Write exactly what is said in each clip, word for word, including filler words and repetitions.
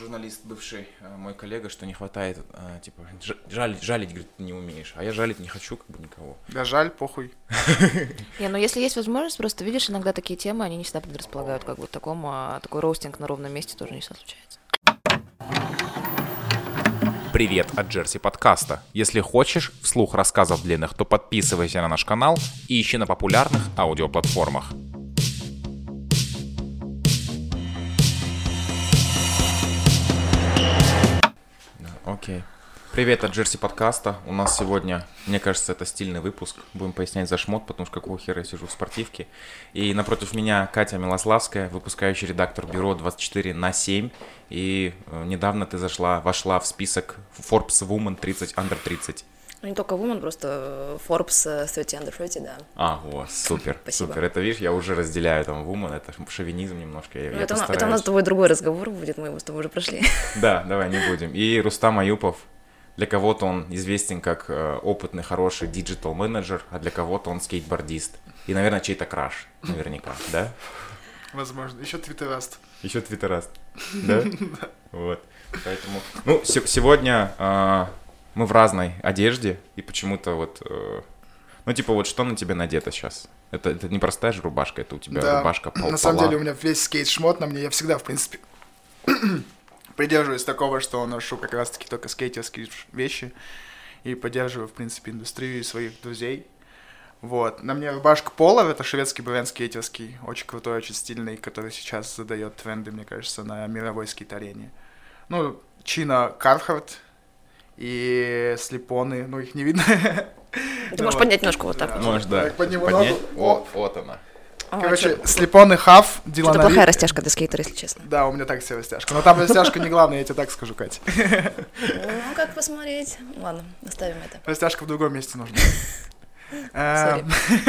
журналист, бывший мой коллега, что не хватает, типа, жалить, жалить, говорит, ты не умеешь. А я жалить не хочу, как бы, никого. Да жаль, похуй. Не, ну если есть возможность, просто видишь, иногда такие темы, они не всегда предрасполагают как бы к такому, а такой роустинг на ровном месте тоже не всегда случается. Привет от Джерси подкаста. Если хочешь вслух рассказов длинных, то подписывайся на наш канал и ищи на популярных аудиоплатформах. Окей. Привет от Джерси подкаста. У нас сегодня, мне кажется, это стильный выпуск. Будем пояснять за шмот, потому что какого хера я сижу в спортивке. И напротив меня Катя Милославская, выпускающий редактор бюро двадцать четыре на семь. И недавно ты зашла, вошла в список Forbes Woman тридцать under тридцать. Ну, не только Woman, просто Forbes тридцать under тридцать, да. А, вот, супер, Спасибо. Супер. Это, видишь, я уже разделяю там Woman, это шовинизм немножко. Я, ну, я это, это у нас с тобой другой разговор будет, мы его с тобой уже прошли. Да, давай не будем. И Рустам Аюпов. Для кого-то он известен как э, опытный, хороший диджитал-менеджер, а для кого-то он скейтбордист. И, наверное, чей-то краш, наверняка, да? Возможно. Еще твиттераст. Еще твиттераст, да? Вот. Поэтому, ну, сегодня мы в разной одежде, и почему-то вот, ну, типа, вот что на тебе надето сейчас? Это, это не простая же рубашка, это у тебя да, рубашка пол- на самом пола. деле у меня весь скейт-шмот на мне, я всегда, в принципе, придерживаюсь такого, что ношу как раз-таки только скейтерские вещи, и поддерживаю, в принципе, индустрию и своих друзей. Вот. На мне рубашка Polar, это шведский бренд скейтерский, очень крутой, очень стильный, который сейчас задает тренды, мне кажется, на мировой скейт-арене. Ну, Чина Кархарт и слепоны, ну, их не видно. Ты можешь поднять ножку вот так вот. Можешь, да. Подниму Поднять. ногу. Вот, вот она. Короче, слепоны Хафф, Дилана Это плохая Ри- растяжка для скейтера, если честно. Да, у меня так себе растяжка. Но там растяжка не главное, я тебе так скажу, Катя. Ну, как посмотреть? Ладно, оставим это. Растяжка в другом месте нужна. Sorry.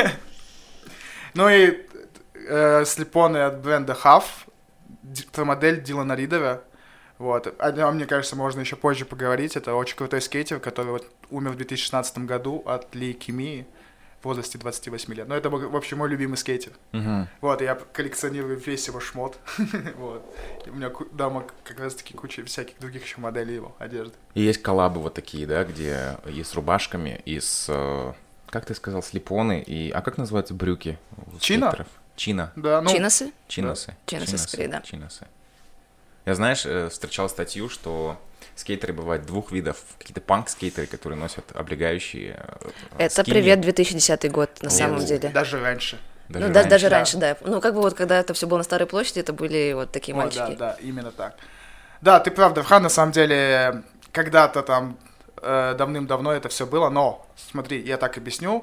Ну и э, слепоны от бренда Хафф, д- модель Дилана Ридера. Вот. О нем, мне кажется, можно еще позже поговорить. Это очень крутой скейтер, который вот умер в две тысячи шестнадцатом году от лейкемии в возрасте двадцати восьми лет. Но это, в общем, мой любимый скейтер. Угу. Вот, я коллекционирую весь его шмот. Вот. И у меня ку- дома как раз-таки куча всяких других еще моделей его одежды. И есть коллабы вот такие, да, где и с рубашками, и с, э, как ты сказал, слепоны, и, а как называются брюки у Чина? скейтеров? Чина. Да, ну, Чиносы? Чиносы. Чиносы, скорее, да. Чиносы. Я, знаешь, э, встречал статью, что скейтеры бывают двух видов. Какие-то панк-скейтеры, которые носят облегающие э, Это скини. привет две тысячи десятый год, на Нет. самом деле. даже раньше. Даже ну, да, раньше. даже да. раньше, да. Ну, как бы вот, когда это все было на Старой площади, это были вот такие О, мальчики. да, да, именно так. Да, ты прав, Давхан, на самом деле, когда-то там э, давным-давно это все было, но, смотри, я так объясню.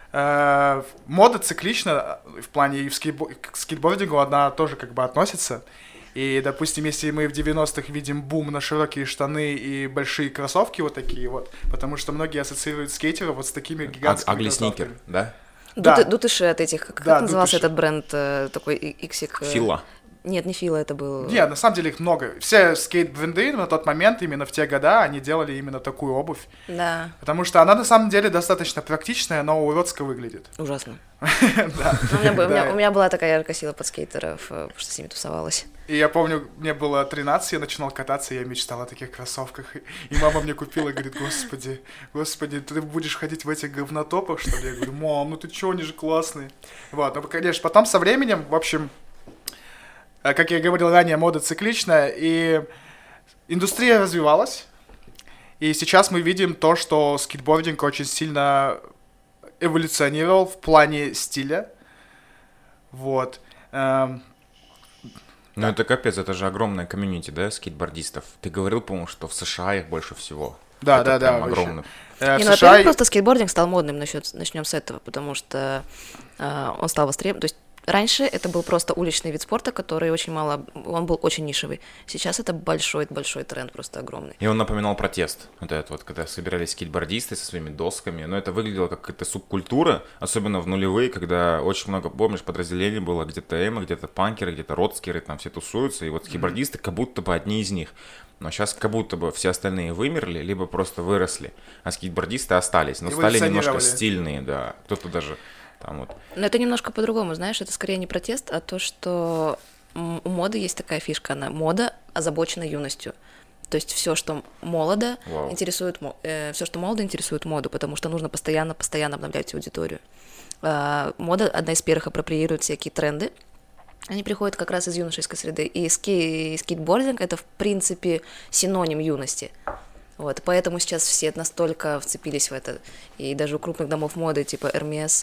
Э, мода циклична в плане и в скейтбо- к скейтбордингу она тоже как бы относится. И, допустим, если мы в девяностых видим бум на широкие штаны и большие кроссовки вот такие вот, потому что многие ассоциируют скейтеров вот с такими гигантскими Агли кроссовками. сникер, да? Да. Дуты- Дутыши от этих, как, Да, как назывался дутыши. этот бренд, э, такой и- иксик? э, Фила. Нет, не Фила, это был... Нет, на самом деле их много. Все скейт-бренды на тот момент, именно в те года, они делали именно такую обувь. Да, Потому что она на самом деле достаточно практичная, но уродско выглядит. ужасно. Да. Ну, У меня, бы- у меня- Да. у меня была такая яркая сила под скейтеров, э, потому что с ними тусовалась. И я помню, мне было тринадцать, я начинал кататься, и я мечтал о таких кроссовках. И и мама мне купила, говорит, господи, господи, ты будешь ходить в этих говнотопах, что ли? Я говорю, мам, ну ты чё, они же классные. Вот, ну, конечно, потом со временем, в общем, э, как я говорил ранее, мода цикличная, и индустрия развивалась. И сейчас мы видим то, что скейтбординг очень сильно эволюционировал в плане стиля. Вот. Эм, Ну это капец, это же огромная комьюнити, да, скейтбордистов. Ты говорил, по-моему, что в США их больше всего. Да, Это да, да, прям вообще. огромный. э, Не, в ну, США во-первых, просто скейтбординг стал модным, начнем с этого, потому что э, он стал востребован. То есть раньше это был просто уличный вид спорта, который очень мало, он был очень нишевый. Сейчас это большой-большой тренд, просто огромный. И он напоминал протест. Вот этот вот, когда собирались скейтбордисты со своими досками. Но это выглядело как какая-то субкультура, особенно в нулевые, когда очень много, помнишь, подразделений было, где-то эмо, где-то панкеры, где-то ротскеры, там все тусуются. И вот скейтбордисты как будто бы одни из них. Но сейчас как будто бы все остальные вымерли, либо просто выросли. А скейтбордисты остались. Но стали немножко Эволюционировали. стильные, да. Кто-то даже там вот... Но это немножко по-другому, знаешь, это скорее не протест, а то, что м, у моды есть такая фишка, она мода озабочена юностью. То есть все, что молодо, Вау. интересует, э, все, что молодо, интересует моду, потому что нужно постоянно, постоянно обновлять аудиторию. Э, мода одна из первых апроприирует всякие тренды. Они приходят как раз из юношеской среды. И ски, скейтбординг — это, в принципе, синоним юности. Вот, поэтому сейчас все настолько вцепились в это. И даже у крупных домов моды, типа Hermes,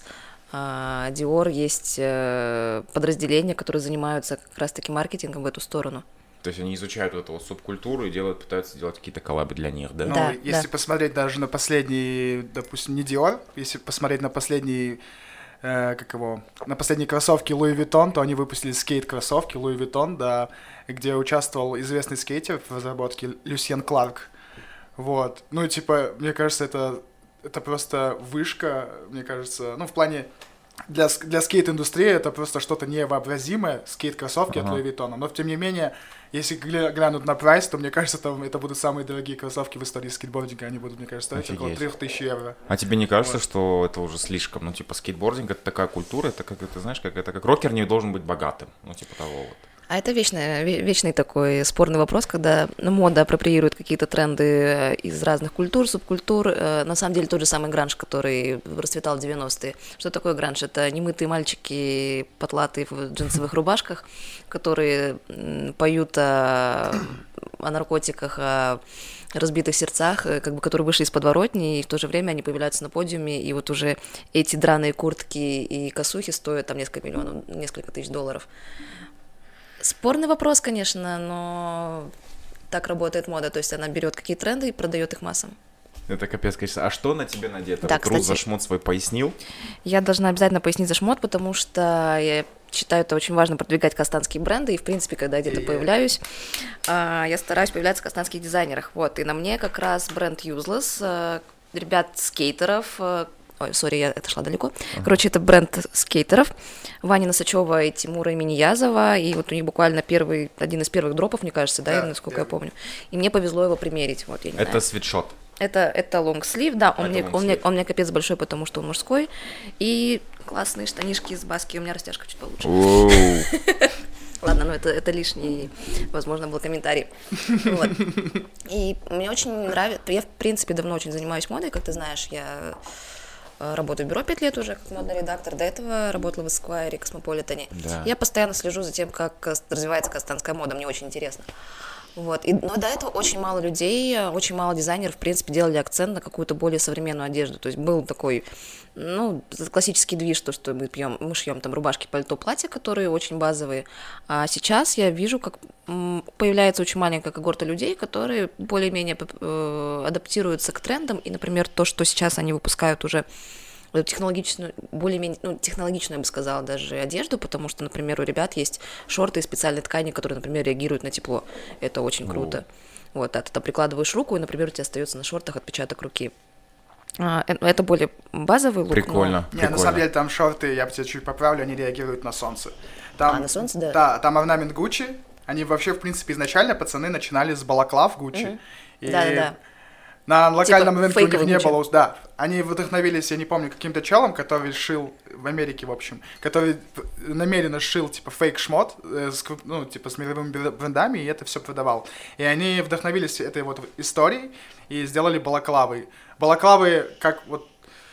Dior, есть подразделения, которые занимаются как раз-таки маркетингом в эту сторону. То есть они изучают вот эту вот субкультуру и делают, пытаются делать какие-то коллабы для них, да? Ну, Да, если да. посмотреть даже на последний, допустим, не Dior, если посмотреть на последний, э, как его, на последние кроссовки Louis Vuitton, то они выпустили скейт-кроссовки Louis Vuitton, да, где участвовал известный скейтер в разработке Люсьен Кларк. Вот. Ну, и, типа, мне кажется, это, это просто вышка, мне кажется, ну, в плане... Для, для скейт-индустрии это просто что-то невообразимое, скейт-кроссовки ага. от Louis Vuitton. Но, тем не менее, если гля- глянуть на прайс, то, мне кажется, там это будут самые дорогие кроссовки в истории скейтбординга. Они будут, мне кажется, стоить Офигеть. около три тысячи евро. А тебе не кажется, Вот. что это уже слишком? Ну, типа, скейтбординг — это такая культура, это как, ты знаешь, как это как рокер не должен быть богатым. Ну, типа того вот. А это вечный, вечный такой спорный вопрос, когда мода апроприирует какие-то тренды из разных культур, субкультур. На самом деле тот же самый гранж, который расцветал в девяностые. Что такое гранж? Это немытые мальчики, потлатые в джинсовых рубашках, которые поют о, о наркотиках, о разбитых сердцах, как бы, которые вышли из подворотни, и в то же время они появляются на подиуме, и вот уже эти драные куртки и косухи стоят там несколько миллионов, несколько тысяч долларов. Спорный вопрос, конечно, но так работает мода, то есть она берет какие тренды и продает их массам. Это капец, конечно. А что на тебе надето? Да, вот Рус кстати, за шмот свой пояснил? Я должна обязательно пояснить за шмот, потому что я считаю, это очень важно продвигать казахстанские бренды, и, в принципе, когда я где-то yeah. появляюсь, я стараюсь появляться в казахстанских дизайнерах. Вот, и на мне как раз бренд Useless, ребят-скейтеров. Ой, сори, я это шла далеко. Uh-huh. Короче, это бренд скейтеров Вани Носачева и Тимура Миниязова. И вот у них буквально первый, один из первых дропов, мне кажется, да, yeah, насколько yeah. я помню. И мне повезло его примерить. Вот, я не это знаю. свитшот. Это, это лонгслив, да, он, это мне, long он, мне, он мне капец большой, потому что он мужской. И классные штанишки из баски, у меня растяжка чуть получше. Ладно, ну это, это лишний, возможно, был комментарий. Вот. И мне очень нравится, я, в принципе, давно очень занимаюсь модой, как ты знаешь, я работаю в бюро пять лет уже, как модный редактор. До этого работала в Esquire, Космополитене. Да. Я постоянно слежу за тем, как развивается казахстанская мода, мне очень интересно. Вот. И, но до этого очень мало людей, очень мало дизайнеров, в принципе, делали акцент на какую-то более современную одежду. То есть был такой, ну, классический движ, то, что мы пьем, мы шьем там рубашки, пальто, платья, которые очень базовые. А сейчас я вижу, как появляется очень маленькая когорта людей, которые более-менее э, адаптируются к трендам. И, например, то, что сейчас они выпускают уже технологичную, более-менее, ну, технологичную, я бы сказала, даже одежду, потому что, например, у ребят есть шорты из специальной ткани, которые, например, реагируют на тепло. Это очень круто. Oh. Вот, а ты там прикладываешь руку, и, например, у тебя остается на шортах отпечаток руки. А, это более базовый лук. Прикольно. Но... Прикольно. Не, на самом деле там шорты, я бы тебя чуть поправлю, они реагируют на солнце. Там, а, на солнце, да? Да, там орнамент Гуччи. Они вообще, в принципе, изначально пацаны начинали с балаклав Гуччи. Mm-hmm. И... Да-да-да. На локальном типа рынке у них не Gucci. было, да. Они вдохновились, я не помню, каким-то челом, который шил в Америке, в общем, который намеренно шил, типа, фейк-шмот, э, с, ну, типа, с мировыми брендами, и это все продавал. И они вдохновились этой вот историей и сделали балаклавы. Балаклавы, как вот,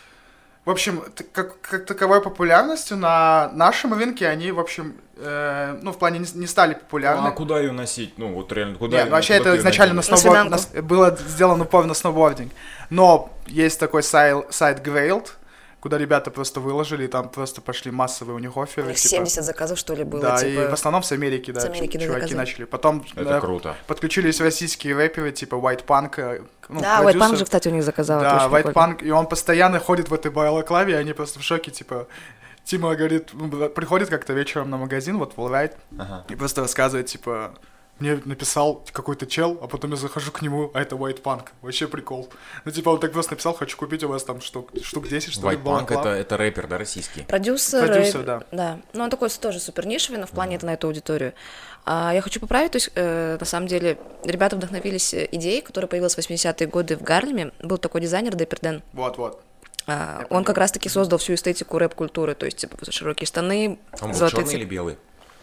в общем, как, как таковой популярностью на нашем рынке они, в общем, э, ну, в плане не, не стали популярны. Ну, а куда ее носить? Ну, вот реально, куда Нет, ее, вообще куда это изначально на сноуборд... на... было сделано упор на сноубординг. Но есть такой сайт, сайт Grailed, куда ребята просто выложили, и там просто пошли массовые у них офферы. У них типа... семьдесят заказов, что ли, было. Да, типа... и в основном с Америки, да, с Америки, чуваки заказы. начали. Потом это э, круто. Подключились российские рэперы, типа White Punk. Ну, да, White Punk же, кстати, у них заказал. Да, White Punk, и он постоянно ходит в этой балаклаве, и они просто в шоке, типа... Тима говорит, приходит как-то вечером на магазин, вот в Allright, ага. и просто рассказывает, типа... Мне написал какой-то чел, а потом я захожу к нему, а это White Punk. Вообще прикол. Ну, типа, он так просто написал, хочу купить у вас там штук, штук десять, что ли, White Punk это, это рэпер, да, российский? Продюсер. Продюсер, рэп... да. Да. Ну, он такой тоже супер нишевый, но в плане mm-hmm. это на эту аудиторию. А я хочу поправить, то есть, э, на самом деле, ребята вдохновились идеей, которая появилась в восьмидесятые годы в Гарлеме. Был такой дизайнер Дэпер Дэн. Вот-вот. А, он как раз-таки создал всю эстетику рэп-культуры, то есть, типа, широкие штаны. Он был черный или белый?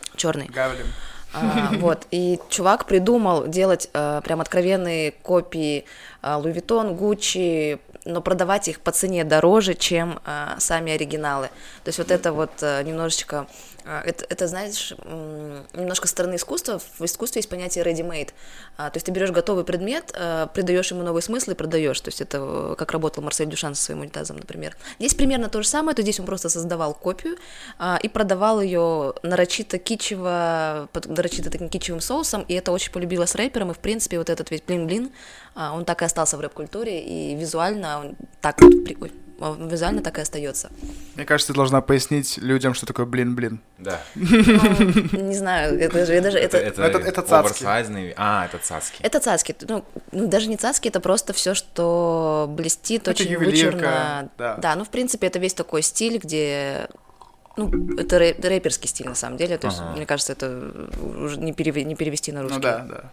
черный. Гавлин. А, вот, и чувак придумал делать а, прям откровенные копии а, Louis Vuitton, Gucci, но продавать их по цене дороже, чем а, сами оригиналы. То есть вот это вот а, немножечко, а, это, это, знаешь, м, немножко стороны искусства. В искусстве есть понятие ready-made. А, то есть ты берешь готовый предмет, а, придаешь ему новый смысл и продаешь. То есть это как работал Марсель Дюшан со своим унитазом, например. Здесь примерно то же самое, то здесь он просто создавал копию а, и продавал ее нарочито кичево, под нарочито таким кичевым соусом, и это очень полюбилось рэперам, и в принципе вот этот весь блин-блин, а, он так и остался в рэп-культуре, и визуально он так вот, ой, он визуально так и остается. Мне кажется, ты должна пояснить людям, что такое блин-блин. Да. Ну, не знаю, это же даже это... Это, это, это цацки. оверсайзный- А, это цацки. Это цацки, ну, ну, даже не цацки, это просто все, что блестит, Это очень ювелирка, вычурно. да. Да, ну, в принципе, это весь такой стиль, где... Ну, это рэп- рэперский стиль, на самом деле, то есть, Ага. мне кажется, это уже не, переве- не перевести на русский. Ну да, да.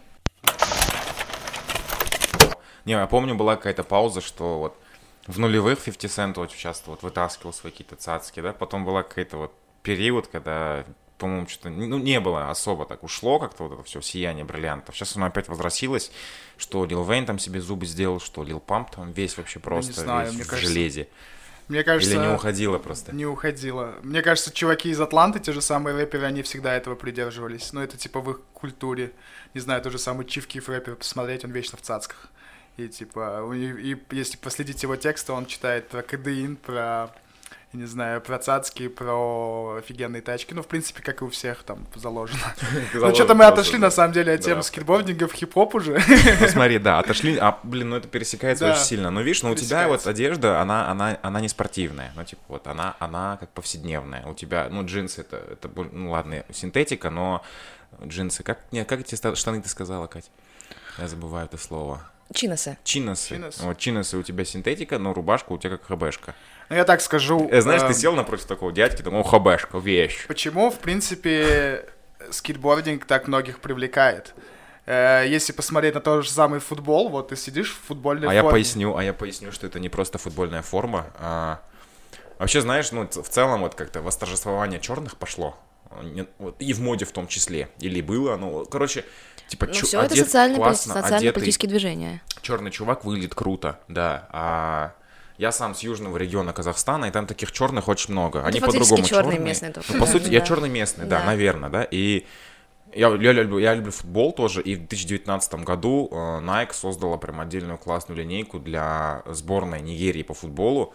Не, я помню, была какая-то пауза, что вот в нулевых фифти Cent очень часто вот вытаскивал свои какие-то цацки, да, потом была какая-то вот период, когда, по-моему, что-то, ну, не было особо так, ушло как-то вот это все сияние бриллиантов. Сейчас оно опять возвратилось, что Лил Вейн там себе зубы сделал, что Лил Памп там весь вообще просто знаю, весь мне в кажется, железе. Мне кажется... Или не уходило просто. Не уходила. Мне кажется, чуваки из Атланты, те же самые рэперы, они всегда этого придерживались. Ну, это типа в их культуре. Не знаю, тот же самый Чиф Киф рэпер, посмотреть, он вечно в цацках. И типа, и, и если последить его тексты, он читает про кадеин, про, я не знаю, про цацки, про офигенные тачки. Ну, в принципе, как и у всех там заложено. Ну, что-то мы отошли, на самом деле, от темы скейтбординга в хип-хоп уже. Ну, смотри, да, отошли, а, блин, ну это пересекается Да. очень сильно. Но видишь, ну у тебя вот одежда, она, она, она не спортивная, ну типа вот она, она как повседневная. У тебя, ну джинсы это, это, боль- ну ладно, синтетика, но джинсы, как, нет, как эти ста- штаны ты сказала, Катя? Я забываю это слово. Чиносы. Чиносы. Чиносы. Вот чиносы у тебя синтетика, но рубашка у тебя как хэбэшка. Ну, я так скажу. Э, знаешь, э, ты сел напротив такого дядьки, думал, хэбэшка, вещь. Почему, в принципе, скейтбординг так многих привлекает? Э, Если посмотреть на тот же самый футбол, вот ты сидишь в футбольной А я форме. поясню, а я поясню, что это не просто футбольная форма. А... Вообще, знаешь, ну ц- в целом вот как-то восторжествование черных пошло. Не- вот, и в моде в том числе. Или было, ну, короче, типа, Ну, чу- все это одет социальные, классно, социальные одетый политические движения. черный чувак выглядит круто, да. А я сам с южного региона Казахстана, и там таких черных очень много. Они фактически по-другому черный черные. местный тоже. Ну, по сути, я Да. черный местный, да, Да. наверное, да. И я, я, люблю, я люблю футбол тоже, и в две тысячи девятнадцатом году э, Nike создала прям отдельную классную линейку для сборной Нигерии по футболу.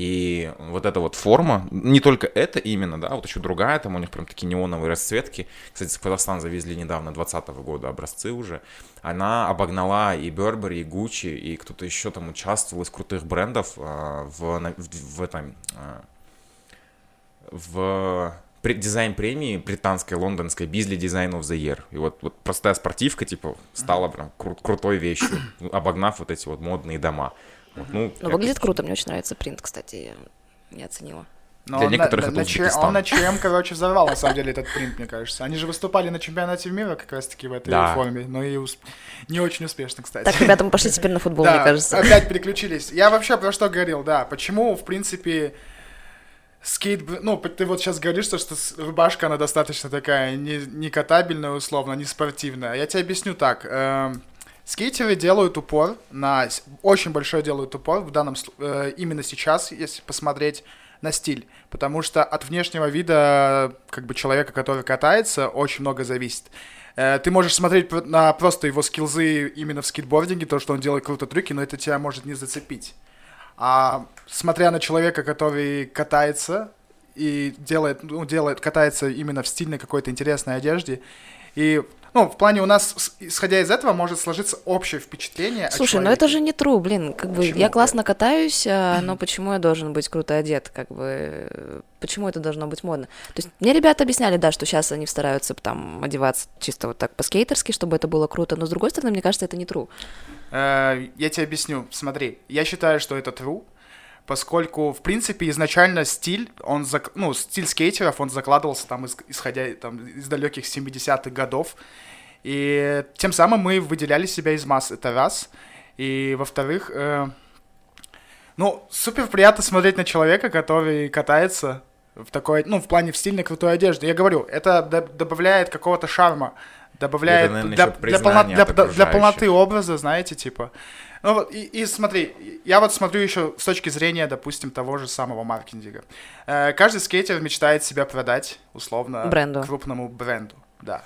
И вот эта вот форма, не только это именно, да, вот еще другая, там у них прям такие неоновые расцветки. Кстати, в Казахстан завезли недавно, двадцатого года образцы уже. Она обогнала и Burberry, и Gucci, и кто-то еще там участвовал из крутых брендов э, в, на- в, в этом... э, в пре- дизайн-премии британской, лондонской Beasley Design of the Year. И вот, вот простая спортивка, типа, стала прям кру- крутой вещью, обогнав вот эти вот модные дома. Вот, ну, Ну, я- выглядит круто, мне очень нравится принт, кстати, я не оценила. Но Для он некоторых на, это на Ч- Узбекистан. Он на ЧМ, короче, взорвал, на самом деле, этот принт, мне кажется. Они же выступали на чемпионате мира как раз-таки в этой Да. форме, но и усп- не очень успешно, кстати. Так, ребята, мы пошли теперь на футбол, Да, мне кажется. опять переключились. Я вообще про что говорил, да. Почему, в принципе, скейт... Ну, ты вот сейчас говоришь, что, что с- рубашка, она достаточно такая не, не катабельная, условно, не спортивная. Я тебе объясню так. Эм, скейтеры делают упор на... с- Очень большой делают упор в данном... сл- э, именно сейчас, если посмотреть на стиль. Потому что от внешнего вида, как бы, человека, который катается, очень много зависит. Э, Ты можешь смотреть пр- на просто его скиллзы именно в скейтбординге, то, что он делает круто трюки, но это тебя может не зацепить. А смотря на человека, который катается и делает, ну, делает, катается именно в стильной какой-то интересной одежде, и, ну, в плане у нас, с- исходя из этого, может сложиться общее впечатление о Слушай, ну человеке. это же не true, блин, как бы Почему? я классно катаюсь, а, но почему я должен быть круто одет, как бы, э, почему это должно быть модно? То есть мне ребята объясняли, да, что сейчас они стараются там одеваться чисто вот так по-скейтерски, чтобы это было круто, но с другой стороны, мне кажется, это не true. Э, Я тебе объясню. Смотри, я считаю, что это true, поскольку, в принципе, изначально стиль, он, зак- ну, стиль скейтеров, он закладывался там, из- исходя там, из далеких семидесятых годов, и тем самым мы выделяли себя из масс, это раз, и во-вторых, э, ну, супер приятно смотреть на человека, который катается в такой, ну, в плане в стильной крутой одежды. Я говорю, это д- добавляет какого-то шарма, добавляет Это, наверное, для, еще для, полно- признание для, от для окружающих. полноты образа, знаете, типа. Ну, вот, и, и смотри, я вот смотрю еще с точки зрения, допустим, того же самого маркетинга. Э, каждый скейтер мечтает себя продать, условно, Бренду. крупному бренду, да.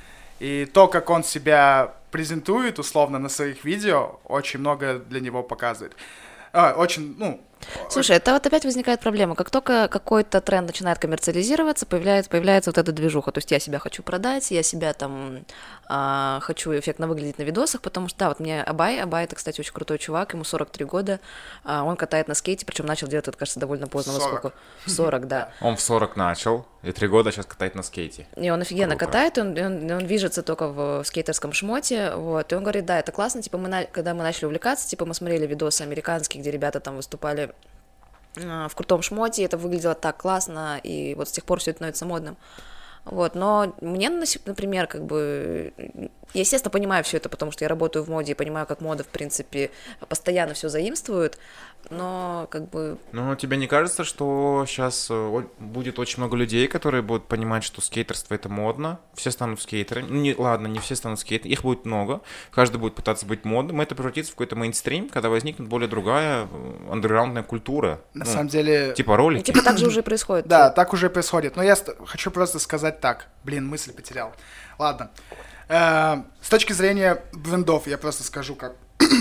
И то, как он себя презентует, условно, на своих видео, очень много для него показывает. А, очень, ну... Слушай, это вот опять возникает проблема. Как только какой-то тренд начинает коммерциализироваться, появляется, появляется вот эта движуха. То есть я себя хочу продать, я себя там а, хочу эффектно выглядеть на видосах, потому что, да, вот мне Абай, Абай, это, кстати, очень крутой чувак, ему сорок три года, а, он катает на скейте, причем начал делать это, кажется, довольно поздно. Во сорок. сколько? сорок, да. Он в сорок начал, и три года сейчас катает на скейте. И он офигенно Круто. катает, и он, и он, и он движется только в, в скейтерском шмоте, вот, и он говорит, да, это классно, типа, мы, на- когда мы начали увлекаться, типа, мы смотрели видосы американские, где ребята там выступали э, в крутом шмоте, и это выглядело так классно, и вот с тех пор все это становится модным. Вот, но мне, например, как бы, я, естественно, понимаю все это, потому что я работаю в моде и понимаю, как мода, в принципе, постоянно все заимствует, но, как бы... Ну, тебе не кажется, что сейчас будет очень много людей, которые будут понимать, что скейтерство — это модно, все станут скейтерами, ну, не, ладно, не все станут скейтерами, их будет много, каждый будет пытаться быть модным, и это превратится в какой-то мейнстрим, когда возникнет более другая андерграундная культура. На Ну, самом деле... Типа ролики. Типа так же уже и происходит. Да, так уже происходит. Но я ст- хочу просто сказать так. Блин, мысль потерял. Ладно. Э, С точки зрения брендов, я просто скажу, как...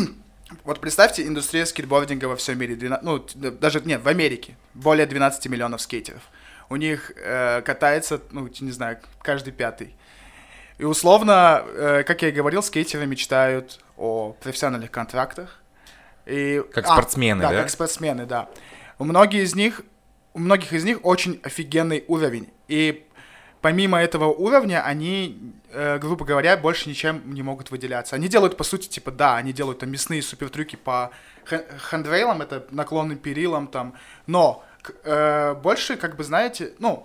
Вот представьте, индустрия скейтбординга во всем мире. двенадцать, ну, т- даже, нет, в Америке более двенадцать миллионов скейтеров. У них э, катается, ну, не знаю, каждый пятый. И условно, э, как я и говорил, скейтеры мечтают о профессиональных контрактах. И... Как а, спортсмены, да? как спортсмены, да. У многих из них, у многих из них очень офигенный уровень. И помимо этого уровня, они, э, грубо говоря, больше ничем не могут выделяться. Они делают, по сути, типа, да, они делают там мясные супертрюки по хэн- хендрейлам, это наклонным перилам там, но к- э, больше, как бы, знаете, ну,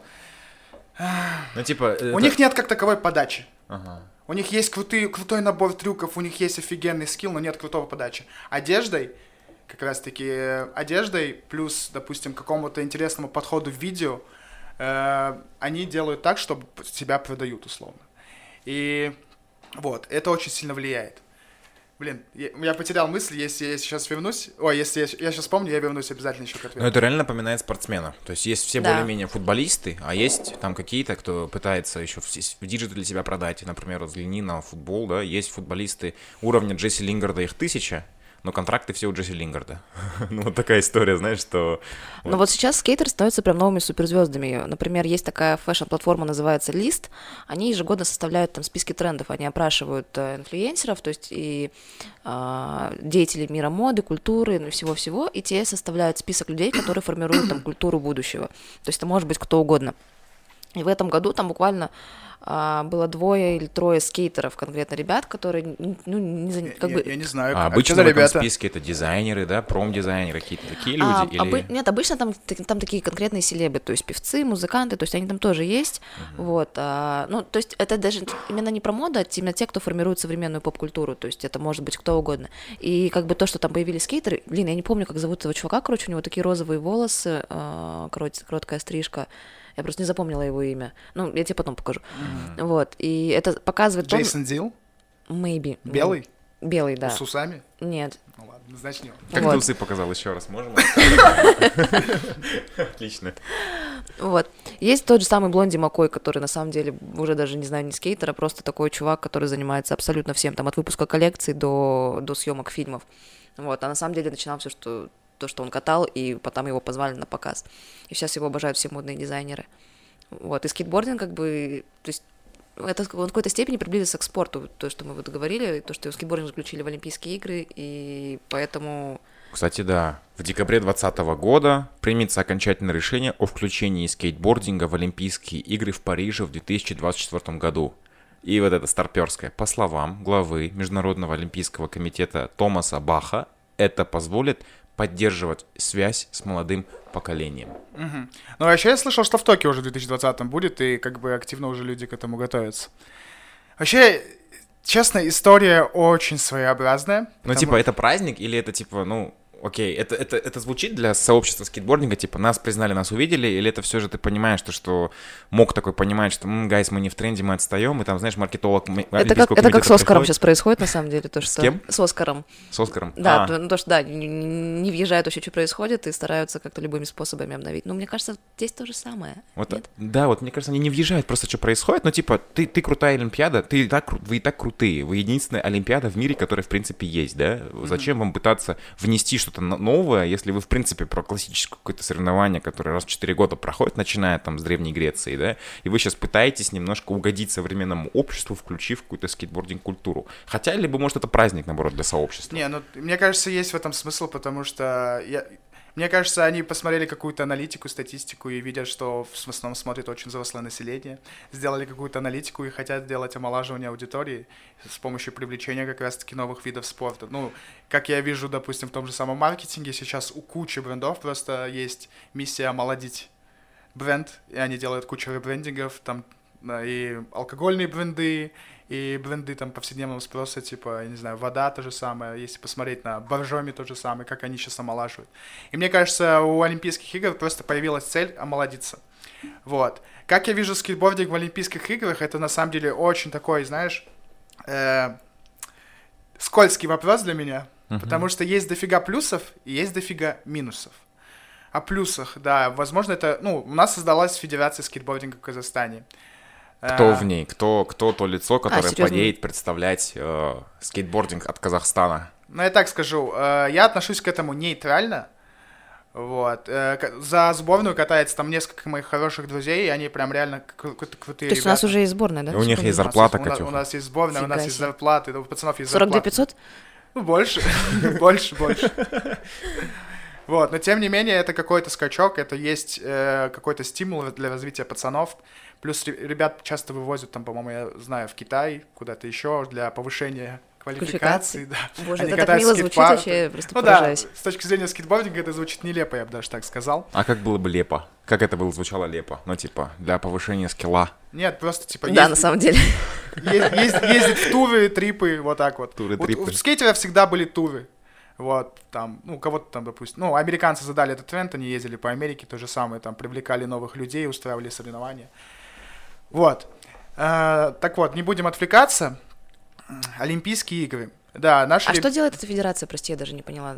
Ну, типа... у них нет как таковой подачи. Ага. У них есть крутые, крутой набор трюков, у них есть офигенный скилл, но нет крутого подачи. Одеждой, как раз-таки э, одеждой, плюс, допустим, какому-то интересному подходу в видео, э, они делают так, чтобы себя продают, условно. И вот, это очень сильно влияет. Блин, я, я потерял мысль, если я сейчас вернусь... Ой, если я, я сейчас помню, я вернусь обязательно еще к ответу. Ну, это реально напоминает спортсмена. То есть есть все Да. более-менее футболисты, а есть там какие-то, кто пытается еще в, в диджитале себя продать. Например, взгляни на футбол, да, есть футболисты уровня Джесси Лингарда, их тысяча, но контракты все у Джесси Лингарда. Ну, вот такая история, знаешь, что... Но вот сейчас скейтеры становятся прям новыми суперзвездами. Например, есть такая фэшн-платформа, называется List. Они ежегодно составляют там списки трендов. Они опрашивают э, инфлюенсеров, то есть и э, деятелей мира моды, культуры, ну, всего-всего, и те составляют список людей, которые формируют там культуру будущего. То есть это может быть кто угодно. И в этом году там буквально а, было двое или трое скейтеров, конкретно ребят, которые, ну, не за, как я, бы... я не знаю, А а обычно что в за этом ребята? списке это дизайнеры, да, промдизайнеры, какие-то такие люди? А, или... обы- Нет, обычно там, т- там такие конкретные селебы, то есть певцы, музыканты, то есть они там тоже есть, uh-huh. вот, а, ну, то есть это даже именно не про моду, а именно те, кто формирует современную поп-культуру, то есть это может быть кто угодно, и как бы то, что там появились скейтеры, блин, я не помню, как зовут этого чувака, короче, у него такие розовые волосы, а, корот, короткая стрижка, я просто не запомнила его имя, ну, я тебе потом покажу, uh-huh. вот, и это показывает... Джейсон Дил? Maybe. Белый? Белый, да. С усами? Нет. Ну ладно, значит не он. Как Вот. ты усы показал еще раз, можем? Отлично. Вот. Есть тот же самый Блонди Маккой, который на самом деле уже даже, не знаю, не скейтер, а просто такой чувак, который занимается абсолютно всем, там, от выпуска коллекций до, до съемок фильмов. Вот. А на самом деле начинал все, что то, что он катал, и потом его позвали на показ. И сейчас его обожают все модные дизайнеры. Вот. И скейтбординг, как бы, то есть это он в какой-то степени приблизился к спорту, то, что мы вот говорили, то, что скейтбординг заключили в Олимпийские игры, и поэтому... Кстати, да, в декабре двадцатого года примется окончательное решение о включении скейтбординга в Олимпийские игры в Париже в две тысячи двадцать четвёртом году. И вот это старперское. По словам главы Международного олимпийского комитета Томаса Баха, это позволит поддерживать связь с молодым поколением. Угу. Ну, вообще я слышал, что в Токио уже в две тысячи двадцатом будет, и как бы активно уже люди к этому готовятся. Вообще, честно, история очень своеобразная. Ну, потому- типа, это праздник или это, типа, ну, окей, это, это, это звучит для сообщества скейтбординга, типа, нас признали, нас увидели, или это все же ты понимаешь, то, что мог такой понимать, что, м, гайс, мы не в тренде, мы отстаем, и там, знаешь, маркетолог м- Это как, это как с Оскаром сейчас происходит, на самом деле, то, что... С кем? С Оскаром. С Оскаром? Да, А. то, то, что, да, не, не въезжают вообще, что происходит, и стараются как-то любыми способами обновить. Но мне кажется, здесь то же самое. Вот, Нет? да, вот мне кажется, они не въезжают просто, что происходит, но типа, ты, ты крутая Олимпиада, ты и так, кру- вы и так крутые, вы единственная Олимпиада в мире, которая в принципе есть, да? Mm-hmm. Зачем вам пытаться внести что-то новое, если вы в принципе про классическое какое-то соревнование, которое раз в четыре года проходит, начиная там с Древней Греции, да? И вы сейчас пытаетесь немножко угодить современному обществу, включив какую-то скейтбординг-культуру. Хотя, либо, может, это праздник, наоборот, для сообщества. Не, ну, мне кажется, есть в этом смысл, потому что я... Мне кажется, они посмотрели какую-то аналитику, статистику и видят, что в основном смотрит очень взрослое население, сделали какую-то аналитику и хотят сделать омолаживание аудитории с помощью привлечения как раз-таки новых видов спорта. Ну, как я вижу, допустим, в том же самом маркетинге, сейчас у кучи брендов просто есть миссия омолодить бренд, и они делают кучу ребрендингов, там и алкогольные бренды, и бренды там повседневного спроса, типа, я не знаю, вода то же самое, если посмотреть на Боржоми то же самое, как они сейчас омолаживают. И мне кажется, у Олимпийских игр просто появилась цель омолодиться. Вот. Как я вижу скейтбординг в Олимпийских играх, это на самом деле очень такой, знаешь, э, скользкий вопрос для меня, uh-huh. потому что есть дофига плюсов и есть дофига минусов. О плюсах, да, возможно, это, ну, у нас создалась Федерация скейтбординга в Казахстане. Кто в ней? Кто, кто то лицо, которое а, поедет представлять э, скейтбординг от Казахстана? Ну, я так скажу, э, я отношусь к этому нейтрально. Вот. Э, за сборную катается там несколько моих хороших друзей, и они прям реально крутые ребята. То есть у нас уже есть сборная, да? И у них есть зарплата, Катюха. У, у нас есть сборная, Фига у нас себе. есть зарплаты, у пацанов есть сорок две зарплаты. пятьсот? Ну, больше, больше, больше. Вот, но тем не менее, это какой-то скачок, это есть э, какой-то стимул для развития пацанов. Плюс ребят часто вывозят, там, по-моему, я знаю, в Китай, куда-то еще, для повышения квалификации. Да. Боже, Они это так мило звучит, скейтпарк. вообще я просто Ну поражаюсь. да, с точки зрения скейтбординга это звучит нелепо, я бы даже так сказал. А как было бы лепо? Как это было звучало лепо? Ну, типа, для повышения скилла. Нет, просто, типа... Да, есть, на самом деле. Есть, есть, ездить в туры, трипы, вот так вот. Туры, вот трипы. у скейтеров всегда были туры. Вот, там, ну, кого-то там, допустим, ну, американцы задали этот тренд, они ездили по Америке, то же самое, там, привлекали новых людей, устраивали соревнования. Вот. Э, так вот, не будем отвлекаться. Олимпийские игры. Да, наши... А реб- что делает эта федерация, прости, я даже не поняла.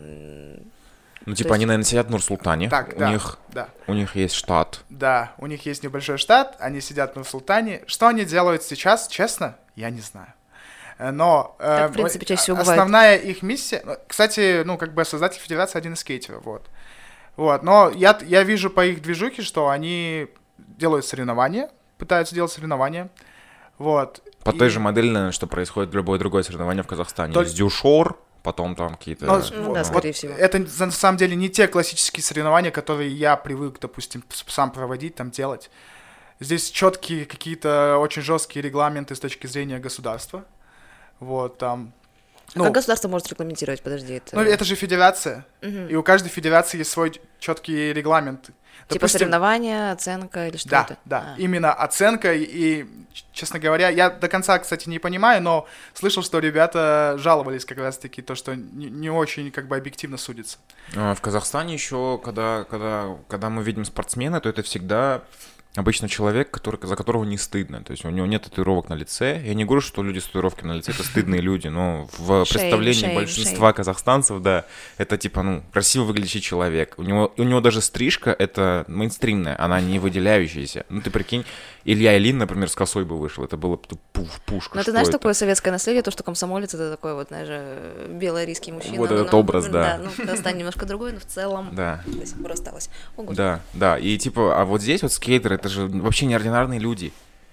Ну, типа, есть- они, наверное, сидят в Нур-Султане. Так, у, да, них, да. у них есть штат. Да, у них есть небольшой штат, они сидят в Нур-Султане. Что они делают сейчас, честно, я не знаю. Э, Но э, Так, в принципе, чаще всего бывает. основная их миссия... ну, Кстати, ну, как бы создатель федерации один из скейтеров, вот. Вот, но я, я вижу по их движухе, что они делают соревнования, пытаются делать соревнования, вот. По И- той же модели, наверное, что происходит любое другое соревнование в Казахстане. Толь- Есть дюшор, потом там какие-то... Но, Ну вот- да, вот скорее всего. Это на самом деле не те классические соревнования, которые я привык, допустим, с- сам проводить, там делать. Здесь четкие какие-то очень жесткие регламенты с точки зрения государства. Вот, там... А Ну, как государство может регламентировать? Подожди, это... ну, это же федерация, Мгм. и у каждой федерации есть свой четкий регламент. Типа Допустим, соревнования, оценка или что Да, это? да, А. именно оценка, и, и, честно говоря, я до конца, кстати, не понимаю, но слышал, что ребята жаловались как раз-таки, то, что не, не очень, как бы, объективно судится. А, В Казахстане еще, когда, когда, когда мы видим спортсмена, то это всегда обычно человек, который, за которого не стыдно. То есть у него нет татуировок на лице. Я не говорю, что люди с татуировками на лице — это стыдные люди, но в Шейм, представлении шейм, большинства казахстанцев, да, это типа, ну, красиво выглядящий человек. У него, у него даже стрижка — это мейнстримная, она не выделяющаяся. Ну, ты прикинь, Илья Ильин, например, с косой бы вышел, это было бы пуф, пушка. Ну, ты что знаешь, это? такое советское наследие, то, что комсомолец — это такой вот, знаешь, э, белорийский мужчина. Вот но- этот но- образ, да. Да, ну, в Казахстане немножко другой, но в целом Да. до сих пор осталось. О, Господи. Да, да, и типа, а вот здесь вот скейтеры, это же вообще неординарные люди.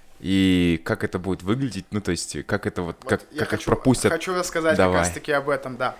И как это будет выглядеть, ну, то есть, как это вот, как, Вот я как их хочу, пропустят. Хочу рассказать Давай. как раз-таки об этом, да.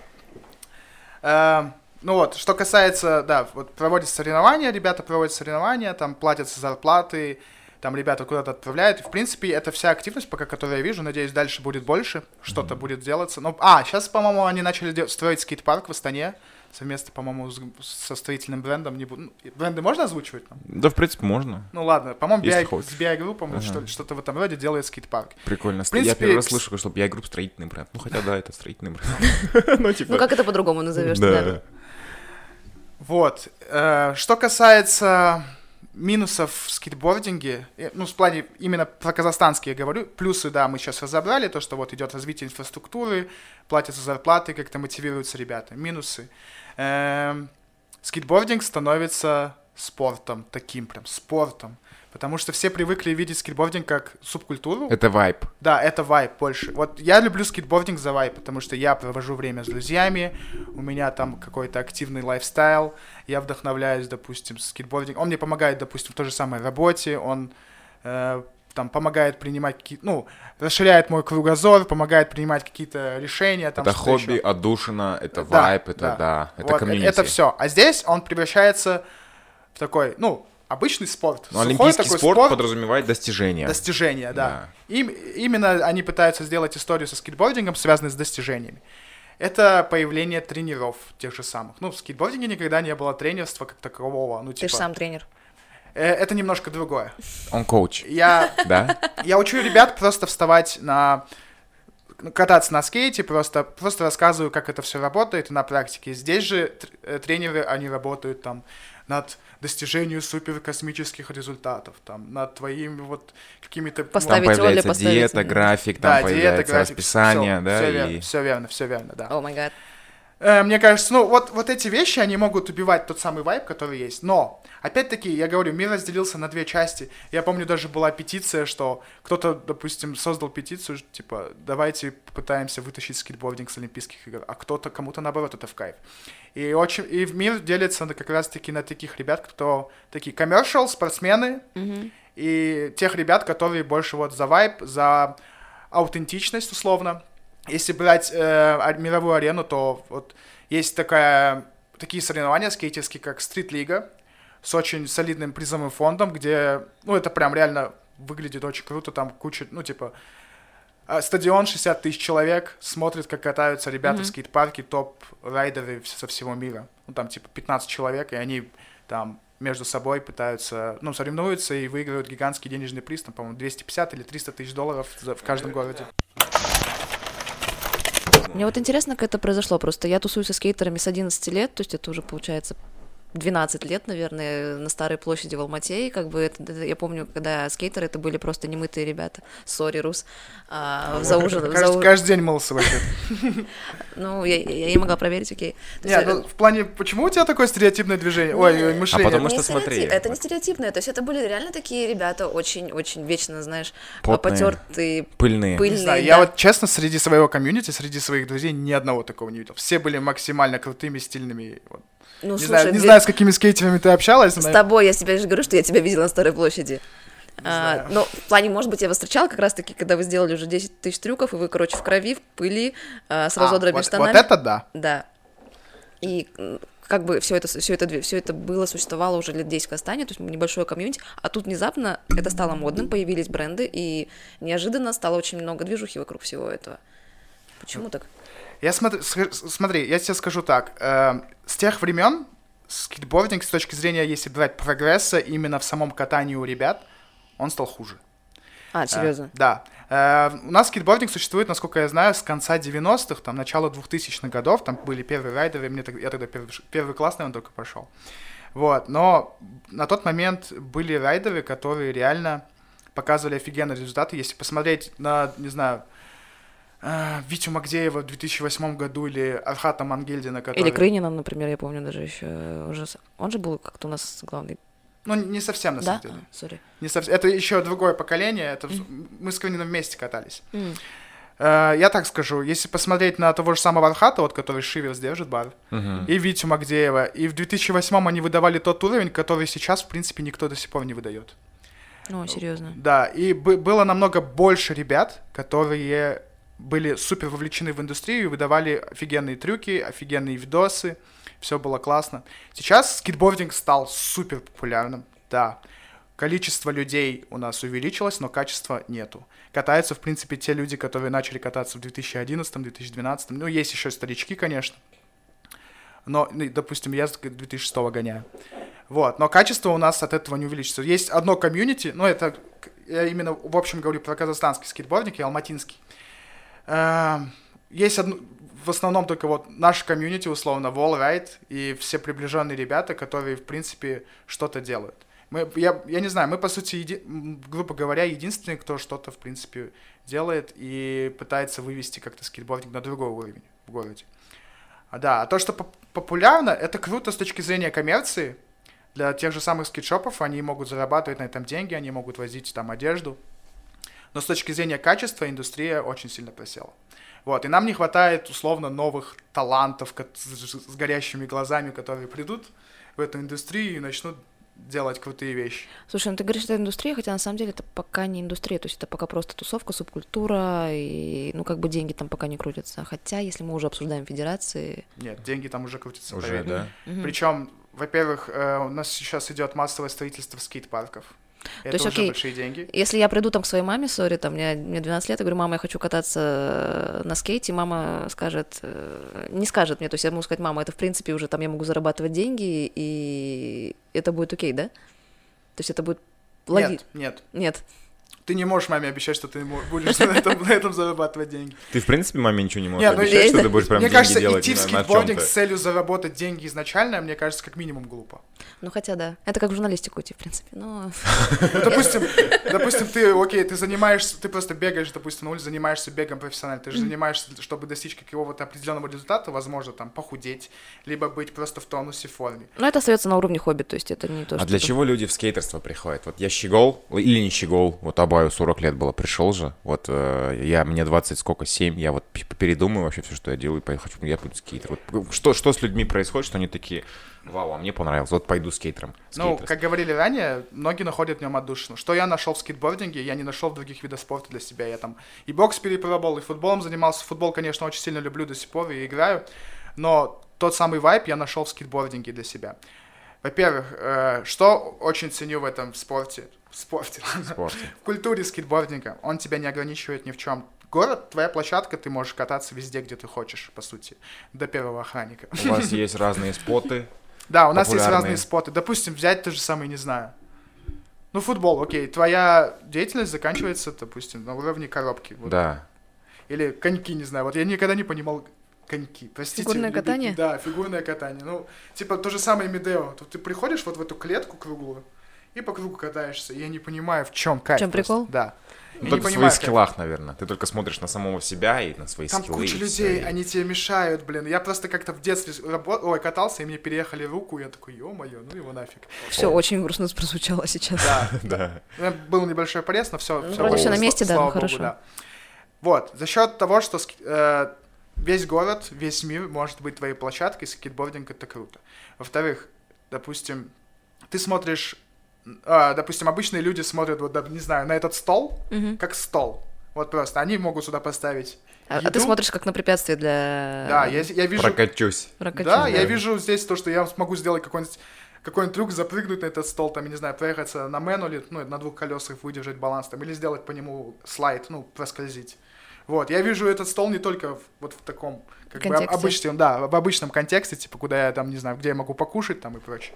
Эм, ну вот, что касается, да, вот проводятся соревнования, ребята проводят соревнования, там платятся зарплаты, там ребята куда-то отправляют. И, в принципе, это вся активность, пока которую я вижу. Надеюсь, дальше будет больше, что-то будет делаться. Ну, а, сейчас, по-моему, они начали де- строить скейт-парк в Астане, совместно, по-моему, с- со строительным брендом. Не буду... ну, бренды можно озвучивать? Там? Да, в принципе, можно. Ну ладно, по-моему, Если би ай, хочешь. с би ай группом Ага. что, что-то в этом роде делает скейт-парк. Прикольно. В принципе, я первый раз кс- слышу, что я групп строительный бренд. Ну, хотя да, это строительный бренд. Ну, типа... Ну, как это по-другому назовешь? Да. Вот. Э, что касается минусов в скейтбординге, э, ну, в плане именно про казахстанские я говорю, плюсы, да, мы сейчас разобрали, то, что вот идет развитие инфраструктуры, платятся зарплаты, как-то мотивируются ребята. Минусы. Э, скейтбординг становится спортом, таким прям спортом. Потому что все привыкли видеть скейтбординг как субкультуру. Это вайб. Да, это вайб больше. Вот я люблю скейтбординг за вайб, потому что я провожу время с друзьями, у меня там какой-то активный лайфстайл, я вдохновляюсь, допустим, скейтбординг. Он мне помогает, допустим, в той же самой работе, он э, там помогает принимать какие-то, ну, расширяет мой кругозор, помогает принимать какие-то решения. Там, это хобби, еще. отдушина, это Да, вайб, это да, да, это вот, комьюнити. Это все. А здесь он превращается в такой, ну, обычный спорт. Но олимпийский спорт, спорт подразумевает достижения. Достижения, да. да. Им, именно они пытаются сделать историю со скейтбордингом, связанной с достижениями. Это появление тренеров тех же самых. Ну, в скейтбординге никогда не было тренерства как такового. Ну, Ты типа, же сам тренер. Э, это немножко другое. Он коуч. Я, да? я учу ребят просто вставать на... кататься на скейте, просто, просто рассказываю, как это все работает на практике. Здесь же тренеры, они работают там над достижением суперкосмических результатов, там, над твоими вот какими-то... Поставить там появляется роли, поставить... диета, график, там да, появляется диета, график, расписание, всё, да, всё и... верно, все верно, все верно, да. О май гад. Мне кажется, ну, вот, вот эти вещи, они могут убивать тот самый вайб, который есть. Но, опять-таки, я говорю, мир разделился на две части. Я помню, даже была петиция, что кто-то, допустим, создал петицию, типа, давайте попытаемся вытащить скейтбординг с Олимпийских игр, а кто-то, кому-то, наоборот, это в кайф. И, очень, и мир делится как раз-таки на таких ребят, кто такие commercial, спортсмены, Mm-hmm. и тех ребят, которые больше вот за вайб, за аутентичность, условно. Если брать э, мировую арену, то вот есть такая, такие соревнования скейтерские, как стрит-лига, с очень солидным призовым фондом, где, ну, это прям реально выглядит очень круто, там куча, ну, типа, стадион, шестьдесят тысяч человек, смотрит, как катаются ребята mm-hmm. в скейт-парке, топ-райдеры со всего мира. Ну, там, типа, пятнадцать человек, и они там между собой пытаются, ну, соревнуются и выигрывают гигантский денежный приз, там, по-моему, двести пятьдесят или триста тысяч долларов в каждом городе. Мне вот интересно, как это произошло. Просто я тусуюсь со скейтерами с одиннадцати лет, то есть это уже, получается, двенадцать лет, наверное, на Старой площади в Алмате, и как бы это, это, я помню, когда скейтеры, это были просто немытые ребята. Сори, Рус. А, за ужин, каждый, за... каждый день мылся вообще. Ну, я, я не могла проверить, окей. Нет, ну, в плане, почему у тебя такое стереотипное движение? Ой, мышление. А потому что, не смотри. Это не стереотипное, то есть это были реально такие ребята очень-очень вечно, знаешь, потные, потертые, пыльные. пыльные, не знаю, да. я вот честно среди своего комьюнити, среди своих друзей ни одного такого не видел. Все были максимально крутыми, стильными. Вот. Ну, не слушай, знаю, не где... знаю, с какими скейтерами ты общалась. С но... тобой, я тебе же говорю, что я тебя видела на Старой площади. Не а, знаю. но в плане, может быть, я вас встречала как раз-таки, когда вы сделали уже десять тысяч трюков, и вы, короче, в крови, в пыли, а, с разодранными вот, штанами. Вот это да. Да. И как бы все это, все это, все это было, существовало уже лет десять в Казахстане, то есть небольшое комьюнити, а тут внезапно это стало модным, появились бренды, и неожиданно стало очень много движухи вокруг всего этого. Почему так? Я смотри, смотри, я тебе скажу так. Э, с тех времен скейтбординг, с точки зрения, если брать прогресса, именно в самом катании у ребят, он стал хуже. А, серьезно? Э, да. Э, у нас скейтбординг существует, насколько я знаю, с конца девяностых, там, начала двухтысячных годов, там были первые райдеры, мне, я тогда первый, первый класс, наверное, только пошел. Вот, но на тот момент были райдеры, которые реально показывали офигенные результаты. Если посмотреть на, не знаю, Витю Магдеева в две тысячи восьмом году или Архата Мангельдина, который... Или Крынина, например, я помню даже еще уже... Он же был как-то у нас главный... Ну, не совсем, на да? самом деле. А, сори. Не совсем... Это еще другое поколение, это... mm. мы с Крыниным вместе катались. Mm. Uh, я так скажу, если посмотреть на того же самого Архата, вот, который Шиверс держит бар, uh-huh. и Витю Магдеева, и в две тысячи восьмом они выдавали тот уровень, который сейчас, в принципе, никто до сих пор не выдает. Ну, серьезно. Да, и б- было намного больше ребят, которые... были супер вовлечены в индустрию, выдавали офигенные трюки, офигенные видосы, все было классно. Сейчас скейтбординг стал супер популярным, да. Количество людей у нас увеличилось, но качества нету. Катаются, в принципе, те люди, которые начали кататься в две тысячи одиннадцатом - две тысячи двенадцатом. Ну, есть еще старички, конечно. Но, допустим, я с две тысячи шестого гоняю. Вот, но качество у нас от этого не увеличится. Есть одно комьюнити, ну, это, я именно, в общем, говорю про казахстанский скейтбординг и алматинский. Есть одно, в основном только вот наш комьюнити, условно, Wallride и все приближенные ребята, которые, в принципе, что-то делают. Мы, я, я не знаю, мы, по сути, еди, грубо говоря, единственные, кто что-то, в принципе, делает и пытается вывести как-то скейтбординг на другой уровень в городе. А, да, а то, что поп- популярно, это круто с точки зрения коммерции. Для тех же самых скейтшопов они могут зарабатывать на этом деньги, они могут возить там одежду. Но с точки зрения качества индустрия очень сильно просела. Вот, и нам не хватает, условно, новых талантов с горящими глазами, которые придут в эту индустрию и начнут делать крутые вещи. Слушай, ну ты говоришь, это индустрия, хотя на самом деле это пока не индустрия, то есть это пока просто тусовка, субкультура, и, ну, как бы деньги там пока не крутятся. Хотя, если мы уже обсуждаем федерации... Нет, деньги там уже крутятся. Уже, да? Мгм. Причем, во-первых, э, у нас сейчас идет массовое строительство скейт-парков. Это есть, уже окей, большие деньги. Если я приду там к своей маме, сори, там, мне, мне двенадцать лет, я говорю, мама, я хочу кататься на скейте, мама скажет, э, не скажет мне, то есть я могу сказать, мама, это в принципе уже там я могу зарабатывать деньги, и это будет окей, да? То есть это будет логично. Нет, нет. Нет. Ты не можешь маме обещать, что ты мо- будешь на этом, на этом зарабатывать деньги. Ты, в принципе, маме ничего не можешь Нет, ну, обещать, я- что ты будешь прям Мне деньги кажется, делать идти в на, на скейтбординг чем-то. с целью заработать деньги изначально, мне кажется, как минимум глупо. Ну хотя да. Это как в журналистику идти, в принципе. Но Ну, допустим, допустим, ты, окей, ты занимаешься, ты просто бегаешь, допустим, на улице, занимаешься бегом профессионально, ты же занимаешься, чтобы достичь какого-то определенного результата, возможно, там, похудеть, либо быть просто в тонусе, в форме. но это остается на уровне хобби, то есть это не то, А что... для чего люди в скейтерство приходят? Вот я щегол, или не щегол, вот Абаю сорок лет было, пришел же, вот э, я, мне двадцать сколько, семь, я вот п- передумаю вообще все, что я делаю, и хочу, я буду скейтер. Вот, что, что с людьми происходит, что они такие, вау, а мне понравилось, вот пойду скейтером. Ну, скейтерством». как говорили ранее, многие находят в нем отдушину. Что я нашел в скейтбординге, я не нашел в других видах спорта для себя. Я там и бокс перепробовал, и футболом занимался. Футбол, конечно, очень сильно люблю до сих пор и играю, но тот самый вайб я нашел в скейтбординге для себя. Во-первых, э, что очень ценю в этом спорте, в спорте, ладно, спорте. в культуре скейтбординга, он тебя не ограничивает ни в чем. Город, твоя площадка, ты можешь кататься везде, где ты хочешь, по сути, до первого охранника. У вас есть разные споты. Да, у нас есть популярные. разные споты. Допустим, взять то же самое, не знаю. Ну, футбол, окей. Твоя деятельность заканчивается, допустим, на уровне коробки. Вот. Да. Или коньки, не знаю. Вот я никогда не понимал коньки. Простите. Фигурное любитель- катание? Да, фигурное катание. Ну, типа то же самое Медео. Тут ты приходишь вот в эту клетку круглую и по кругу катаешься. И я не понимаю, в чем кайф. В чём просто. прикол? Да. Ну, Я только не в понимаю, своих кайф. скиллах, наверное. Ты только смотришь на самого себя и на свои Там скиллы. куча и людей, всё, и- они тебе мешают, блин. Я просто как-то в детстве работ... Ой, катался, и мне переехали руку, и я такой, ё-моё, ну его нафиг. Все очень грустно прозвучало сейчас. Да, Да. у меня был небольшой порез, но все. Ну, вроде всё на месте, да, ну, хорошо. Вот, за счет того, что ски- э, весь город, весь мир может быть твоей площадкой, скейтбординг это круто. Во-вторых, допустим, ты смотришь, а, допустим, обычные люди смотрят, вот, да, не знаю, на этот стол, Мгм. как стол. Вот просто, они могут сюда поставить А, а ты еду. смотришь как на препятствие для... Да, я, я вижу... Прокачусь. прокачки. Да, я вижу здесь то, что я смогу сделать какой-нибудь какой-нибудь трюк, запрыгнуть на этот стол, там, я не знаю, проехаться на менуле, ну, на двух колесах, выдержать баланс, там, или сделать по нему слайд, ну, проскользить. Вот, я вижу этот стол не только в, вот в таком, как бы, Контексте. обычном, да, в обычном контексте, типа, куда я, там, не знаю, где я могу покушать, там, и прочее.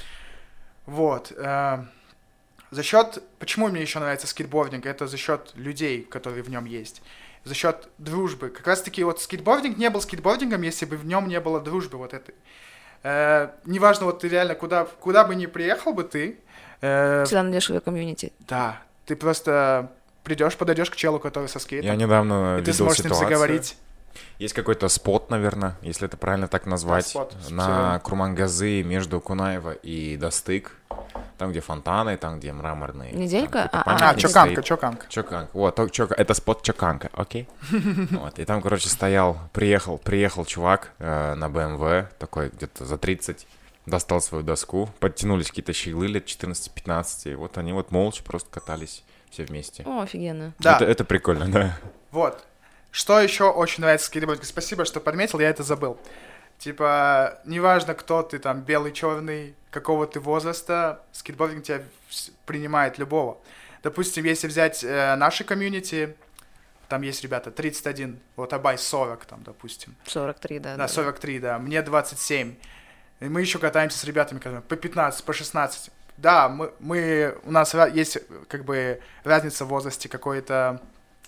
Вот. э, За счет, почему мне еще нравится скейтбординг, это за счет людей, которые в нем есть. За счет дружбы. Как раз таки вот скейтбординг не был скейтбордингом, если бы в нем не было дружбы вот этой. Э, неважно, вот ты реально куда, куда бы ни приехал бы ты, э, Всегда найдешь свое комьюнити. да, ты просто придешь, подойдешь к челу, который со скейтом, Я недавно и ты видел сможешь с ним ситуацию. заговорить. Есть какой-то спот, наверное, если это правильно так назвать, спот. на Курмангазы между Кунаева и Достык. Там, где фонтаны, там, где мраморные. Неделька? там какой-то А, а, А, памятник чоканка, стоит. чоканка. Чоканка. Вот, то- чока- это спот Чоканка, окей? Вот, и там, короче, стоял, приехал, приехал чувак э, на бэ эм вэ, такой где-то за тридцать, достал свою доску, подтянулись какие-то щеглы лет четырнадцать-пятнадцать, и вот они вот молча просто катались все вместе. О, офигенно. Да, Это, это прикольно, да. вот. Что еще очень нравится в скейтбординге? Спасибо, что подметил, я это забыл. Типа, неважно, кто ты, там, белый, черный, какого ты возраста, скейтбординг тебя вс- принимает любого. Допустим, если взять э, наши комьюнити, там есть ребята тридцать один, вот Абай сорок, там, допустим. сорок три, да. Да, сорок три, да, мне двадцать семь. И мы еще катаемся с ребятами, которые по пятнадцать, по шестнадцать. Да, мы, мы, у нас ра- есть как бы разница в возрасте какой-то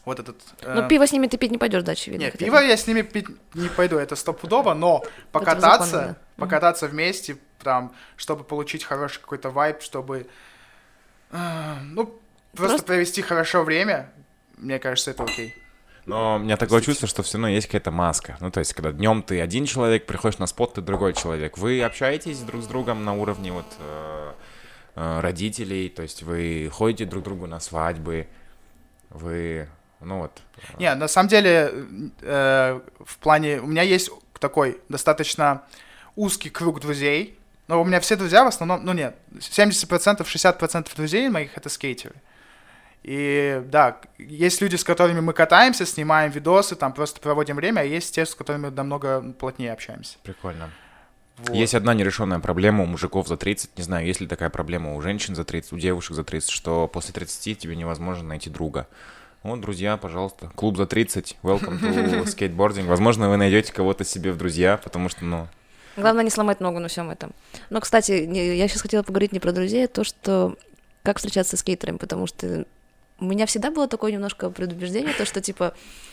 вот этот... Ну, э, пиво с ними ты пить не пойдешь, да, очевидно. Нет, хотя пиво бы. я с ними пить не пойду, это стопудово, но покататься, Противозаконно, да. покататься вместе, там, чтобы получить хороший какой-то вайб, чтобы, э, ну, просто, Просто- провести хорошо время, мне кажется, это окей. Но у меня такое чувство, что все равно есть какая-то маска. Ну, то есть, когда днем ты один человек, приходишь на спот, ты другой человек. Вы общаетесь друг с другом на уровне вот э, э, родителей, то есть вы ходите друг к другу на свадьбы, вы, ну вот. э, Не, на самом деле, э, в плане, у меня есть такой достаточно узкий круг друзей, но у меня все друзья в основном, ну нет, семьдесят процентов, шестьдесят процентов друзей моих это скейтеры. И да, есть люди, с которыми мы катаемся, снимаем видосы, там просто проводим время, а есть те, с которыми намного плотнее общаемся. Прикольно. Вот. Есть одна нерешенная проблема у мужиков за тридцать, не знаю, есть ли такая проблема у женщин за тридцать, у девушек за тридцать, что после тридцати тебе невозможно найти друга. Вот, друзья, пожалуйста, клуб за тридцать, welcome to skateboarding. Возможно, вы найдете кого-то себе в друзья, потому что, ну... Главное не сломать ногу на всем этом. Но, кстати, не- я сейчас хотела поговорить не про друзей, а то, что как встречаться с скейтерами, потому что у меня всегда было такое немножко предубеждение, то, что, типа,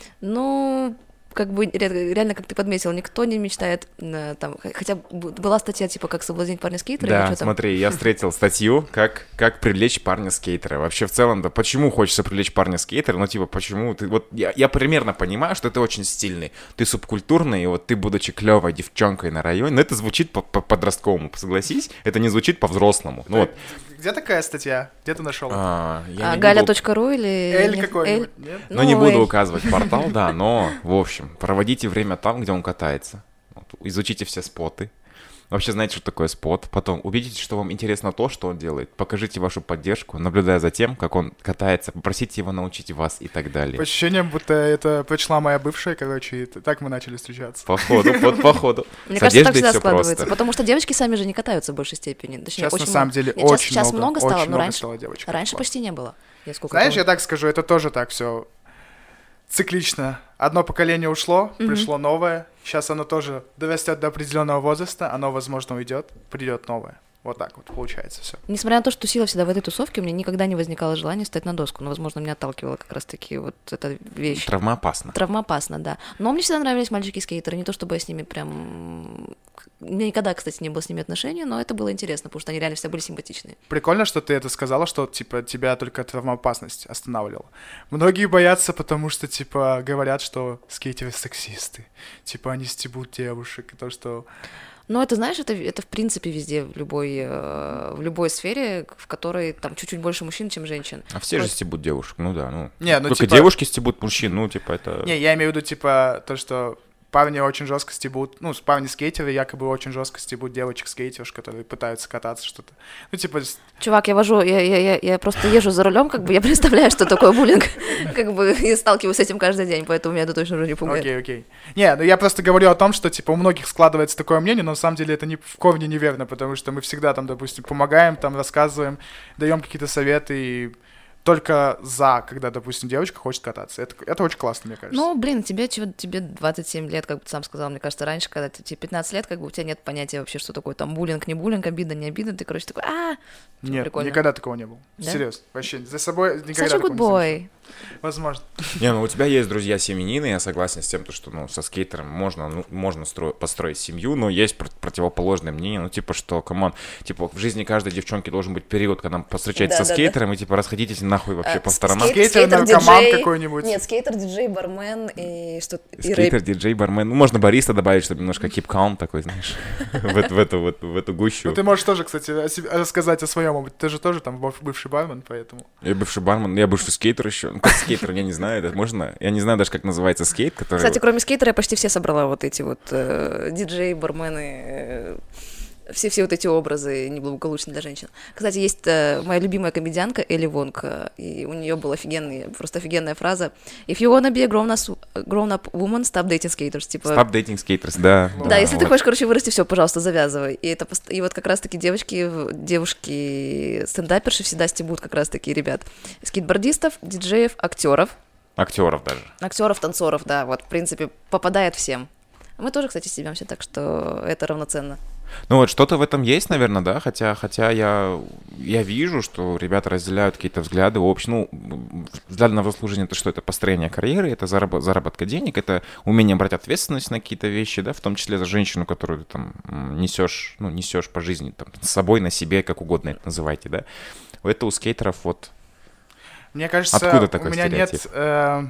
ну, как бы, ре- реально, как ты подметил, никто не мечтает, э, там, х- хотя б- была статья, типа, как соблазнить парня скейтера, или Да, что там. смотри, я встретил статью, как, как привлечь парня-скейтера. Вообще, в целом, да, почему хочется привлечь парня-скейтера? Ну, типа, почему ты... Вот я, я примерно понимаю, что ты очень стильный, ты субкультурный, и вот ты, будучи клевой девчонкой на районе, но это звучит по- по-подростковому, согласись? Это не звучит по-взрослому. Ну, вот. Где такая статья? Где ты нашел? А, я А, не галя буду- точка ру или... Эль нет? какой-нибудь, Эль? нет? Ну, не буду Эль. указывать портал, да, но, в общем, проводите время там, где он катается. Вот, изучите все споты. Вообще знаете, что такое спот. Потом убедитесь, что вам интересно то, что он делает. Покажите вашу поддержку, наблюдая за тем, как он катается. Попросите его научить вас и так далее. По ощущениям, будто это прочла моя бывшая, короче, и т- так мы начали встречаться. Походу, под походу. Мне С кажется, так одеждой всегда всё складывается, просто. потому что девочки сами же не катаются в большей степени. Точнее, Сейчас очень на самом много. деле Нет, сейчас- очень сейчас много, много стало, очень но много раньше, стало девочек. раньше Класс. почти не было. Я сколько Знаешь, помню. я так скажу, это тоже так все циклично. Одно поколение ушло, Мгм. пришло новое. Сейчас оно тоже дорастет до определенного возраста, оно, возможно, уйдет, придет новое. Вот так вот получается все. Несмотря на то, что тусила всегда в этой тусовке, у меня никогда не возникало желания встать на доску. Но, возможно, меня отталкивала как раз-таки вот эта вещь. Травмоопасно. Травмоопасно, да. Но мне всегда нравились мальчики-скейтеры. Не то, чтобы я с ними прям... У меня никогда, кстати, не было с ними отношений, но это было интересно, потому что они реально всегда были симпатичные. Прикольно, что ты это сказала, что, типа, тебя только травмоопасность останавливала. Многие боятся, потому что, типа, говорят, что скейтеры сексисты. Типа, они стебут девушек, и то, что... Но это, знаешь, это, это в принципе везде, в любой, э, в любой сфере, в которой там чуть-чуть больше мужчин, чем женщин. А все же Просто- стебут девушек, ну да, ну. Не, ну, Только типа- девушки стебут мужчин, ну, типа, это... Не, я имею в виду, типа, то, что парни очень жестко стебут, ну, парни-скейтеры якобы очень жестко стебут девочек-скейтерш, которые пытаются кататься что-то. Ну, типа, с- Чувак, я вожу, я, я, я, я просто езжу за рулем, как бы я представляю, что такое буллинг, как бы и сталкиваюсь с этим каждый день, поэтому меня это точно уже не пугает. окей, окей. Не, ну я просто говорю о том, что, типа, у многих складывается такое мнение, но на самом деле это не в корне неверно, потому что мы всегда там, допустим, помогаем, там, рассказываем, даем какие-то советы и только за, когда, допустим, девочка хочет кататься. Это, это очень классно, мне кажется. Ну, блин, тебе, чего- тебе двадцать семь лет, как бы ты сам сказал, мне кажется, раньше, когда ты- тебе пятнадцать лет, как бы у тебя нет понятия вообще, что такое там буллинг, не буллинг, обида, не обида, ты, короче, такой, а Нет, прикольно. никогда такого не было. Да? Серьезно, вообще, за собой никогда Саша такого не замечал. гудбой. Возможно. Не, ну у тебя есть друзья семьянины, я согласен с тем, то, что ну, со скейтером можно, ну, можно стро- построить семью, но есть пр- противоположное мнение, ну типа что, камон, типа в жизни каждой девчонки должен быть период, когда она встречается Да, со да, скейтером, и типа расходитесь нахуй вообще А, по с- сторонам. скейт- Скейтер, наркоман диджей. какой-нибудь. Нет, скейтер, диджей, бармен и что и рэп. Скейтер, диджей, бармен, ну можно бариста добавить, чтобы немножко keep calm такой, знаешь, в эту- в эту вот в эту гущу. Ну, ты можешь тоже, кстати, о себе- рассказать о своем. Ты же тоже там быв- бывший бармен, поэтому... Я бывший бармен, я бывший скейтер еще. Ну, как скейтер, я не знаю, это можно? Я не знаю даже, как называется скейт, который... Кстати, кроме скейтера я почти все собрала вот эти вот э, диджеи, бармены, э, все, все вот эти образы неблагополучные для женщин. Кстати, есть э, моя любимая комедианка Элли Вонг, э, и у нее была офигенная, просто офигенная фраза «If you wanna be a grown-up, grown-up woman, stop dating skaters». Типа, Stop dating skaters, да. да, если ты вот. хочешь, короче, вырасти, все, пожалуйста, завязывай. И, это, пост- и вот как раз-таки девочки, в- девушки стендаперши всегда стебут как раз-таки ребят. Скейтбордистов, диджеев, актеров. Актеров даже. Актеров, танцоров, да, вот, в принципе, попадает всем. Мы тоже, кстати, стебемся, так что это равноценно. Ну вот что-то в этом есть, наверное, да, хотя, хотя я, я вижу, что ребята разделяют какие-то взгляды общие. Ну, взгляд на выслужение — это что? Это построение карьеры, это зараб- заработка денег, это умение брать ответственность на какие-то вещи, да, в том числе за женщину, которую ты там несешь, ну, несешь по жизни, там, с собой, на себе, как угодно это называйте, да. Это у скейтеров вот... Мне кажется, Откуда такой у меня стереотип? нет... Э,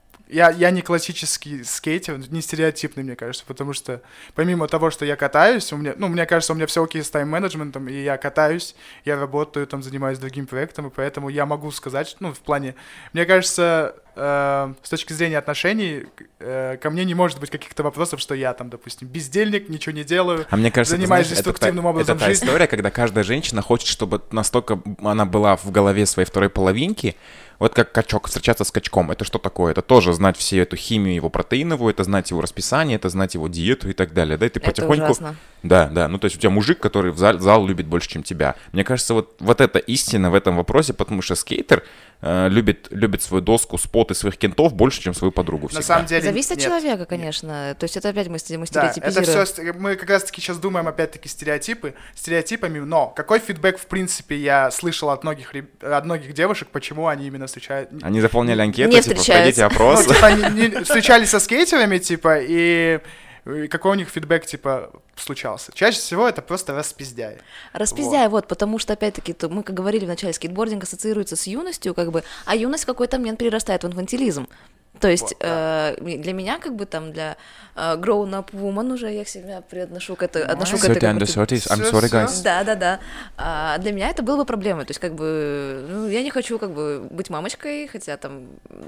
я, я не классический скейтер, не стереотипный, мне кажется, потому что помимо того, что я катаюсь, у меня, ну, мне кажется, у меня все окей с тайм-менеджментом, и я катаюсь, я работаю, там, занимаюсь другим проектом, и поэтому я могу сказать, ну, в плане... Мне кажется, э, с точки зрения отношений, э, ко мне не может быть каких-то вопросов, что я, там, допустим, бездельник, ничего не делаю, А мне кажется, занимаюсь ты знаешь, деструктивным это, образом это та жизни. история, когда каждая женщина хочет, чтобы настолько она была в голове своей второй половинки, вот как качок, встречаться с качком. Это что такое? Это тоже знать всю эту химию его протеиновую, это знать его расписание, это знать его диету и так далее. Да, и ты Это потихоньку... ужасно. Да, да. Ну, то есть у тебя мужик, который в зал, зал любит больше, чем тебя. Мне кажется, вот, вот это истина в этом вопросе, потому что скейтер э, любит, любит свою доску, спот и своих кентов больше, чем свою подругу всегда. На самом деле... Зависит от нет. человека, конечно. То есть это опять мы, мы Да, стереотипизируем. это все, мы как раз-таки сейчас думаем опять-таки стереотипы, стереотипами, но какой фидбэк, в принципе, я слышал от многих, реб- от многих девушек, почему они именно встречают... Они заполняли анкету, Не типа, встречаются. пройдите опрос. Ну, типа, они не- встречались со скейтерами, типа, и... и какой у них фидбэк, типа, случался? Чаще всего это просто распиздяй. Распиздяй, вот. потому что, опять-таки, то мы, как говорили в начале, скейтбординг ассоциируется с юностью, как бы, а юность в какой-то момент перерастает в инфантилизм. То есть Вот, да. э, для меня, как бы, там, для э, grown-up woman уже я себя приотношу к этой, отношу к thirty этой... under как бы, thirties, I'm Всё, sorry, всё. guys. Да, да, да. А для меня это было бы проблемой. То есть, как бы, ну, я не хочу, как бы, быть мамочкой, хотя там,